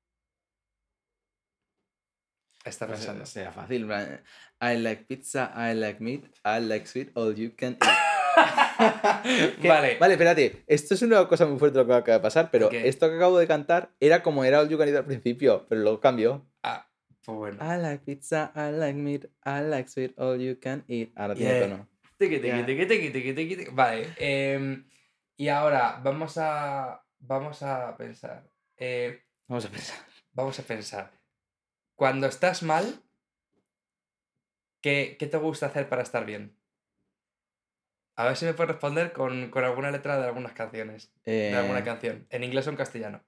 Está Pues, pensando. sea fácil. en plan, I like pizza, I like meat, I like sweet, all you can eat. Vale. Vale, espérate. Esto es una cosa muy fuerte lo que acaba de pasar, pero ¿Qué? esto que acabo de cantar era como era all you can eat al principio, pero luego cambió. Pues bueno. I like pizza, I like meat, I like sweet, all you can eat. Ahora tiene Yeah. tono. Tiqui, tiqui, Yeah. tiqui, tiqui, tiqui, tiqui, tiqui. Vale. Y ahora vamos a pensar. Vamos a pensar. Vamos a pensar. Cuando estás mal, ¿qué te gusta hacer para estar bien? A ver si me puedes responder con alguna letra de algunas canciones. De alguna canción. En inglés o en castellano.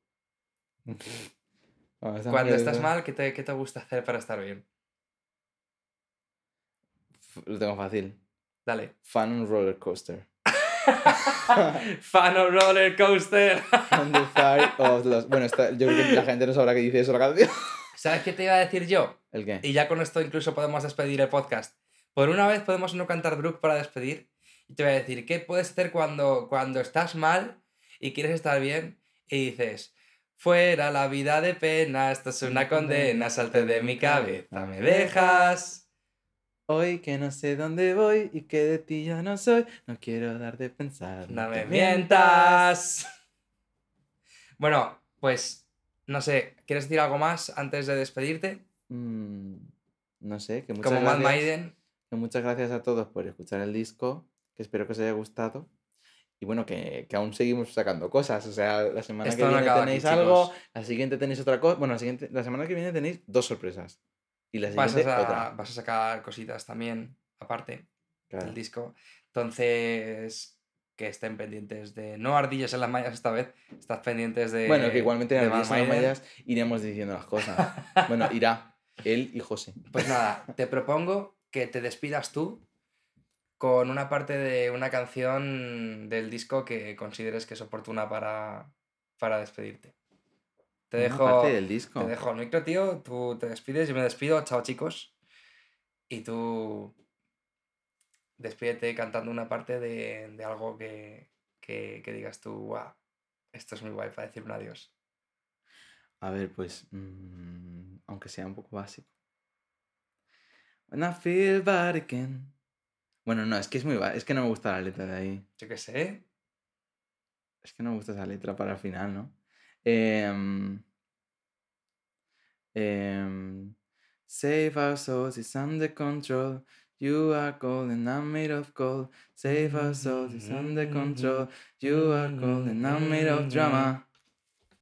Cuando estás mal, ¿qué te gusta hacer para estar bien? Lo tengo fácil. Dale. Fun on roller coaster. Fan of roller coaster. On the fire of los... Bueno, yo creo que la gente no sabrá que dice eso la canción. ¿Sabes qué te iba a decir yo? ¿El qué? Y ya con esto incluso podemos despedir el podcast. Por una vez podemos no cantar Brooke para despedir. Y te voy a decir, ¿qué puedes hacer cuando estás mal y quieres estar bien? Y dices, fuera la vida de pena, esto es una condena, salte de mi cabeza, me dejas. Hoy que no sé dónde voy y que de ti ya no soy, no quiero dar de pensar. No me te mientas. Bueno, pues, no sé, ¿quieres decir algo más antes de despedirte? No sé, que muchas Como Mad gracias. Maiden. Que muchas gracias a todos por escuchar el disco, que espero que os haya gustado. Y bueno, que aún seguimos sacando cosas. O sea, la semana Esto que no viene acaba tenéis aquí, algo, chicos. la siguiente tenéis otra cosa. Bueno, la semana que viene tenéis 2 sorpresas. Y la Vas siguiente a otra. vas a sacar cositas también, aparte Claro. del disco. Entonces, que estén pendientes de... No ardillas en las mallas esta vez, estás pendientes de... Bueno, que igualmente en de las Mad días en las Maiden. mallas iremos diciendo las cosas. Bueno, irá él y José. Pues nada, te propongo que te despidas tú con una parte de una canción del disco que consideres que es oportuna para despedirte. Te Una dejo, parte del disco. te dejo el micro, tío, tú te despides, yo me despido, chao chicos. Y tú despídete cantando una parte de algo que digas tú, guau, esto es muy guay para decir un adiós. A ver, pues, aunque sea un poco básico. When I feel bad again. Bueno, no, es que es muy es que no me gusta la letra de ahí. Yo qué sé. Es que no me gusta esa letra para el final, ¿no? Save our souls, it's under control. You are gold and I'm made of gold. Save our souls, it's under control. You are gold and I'm made of drama.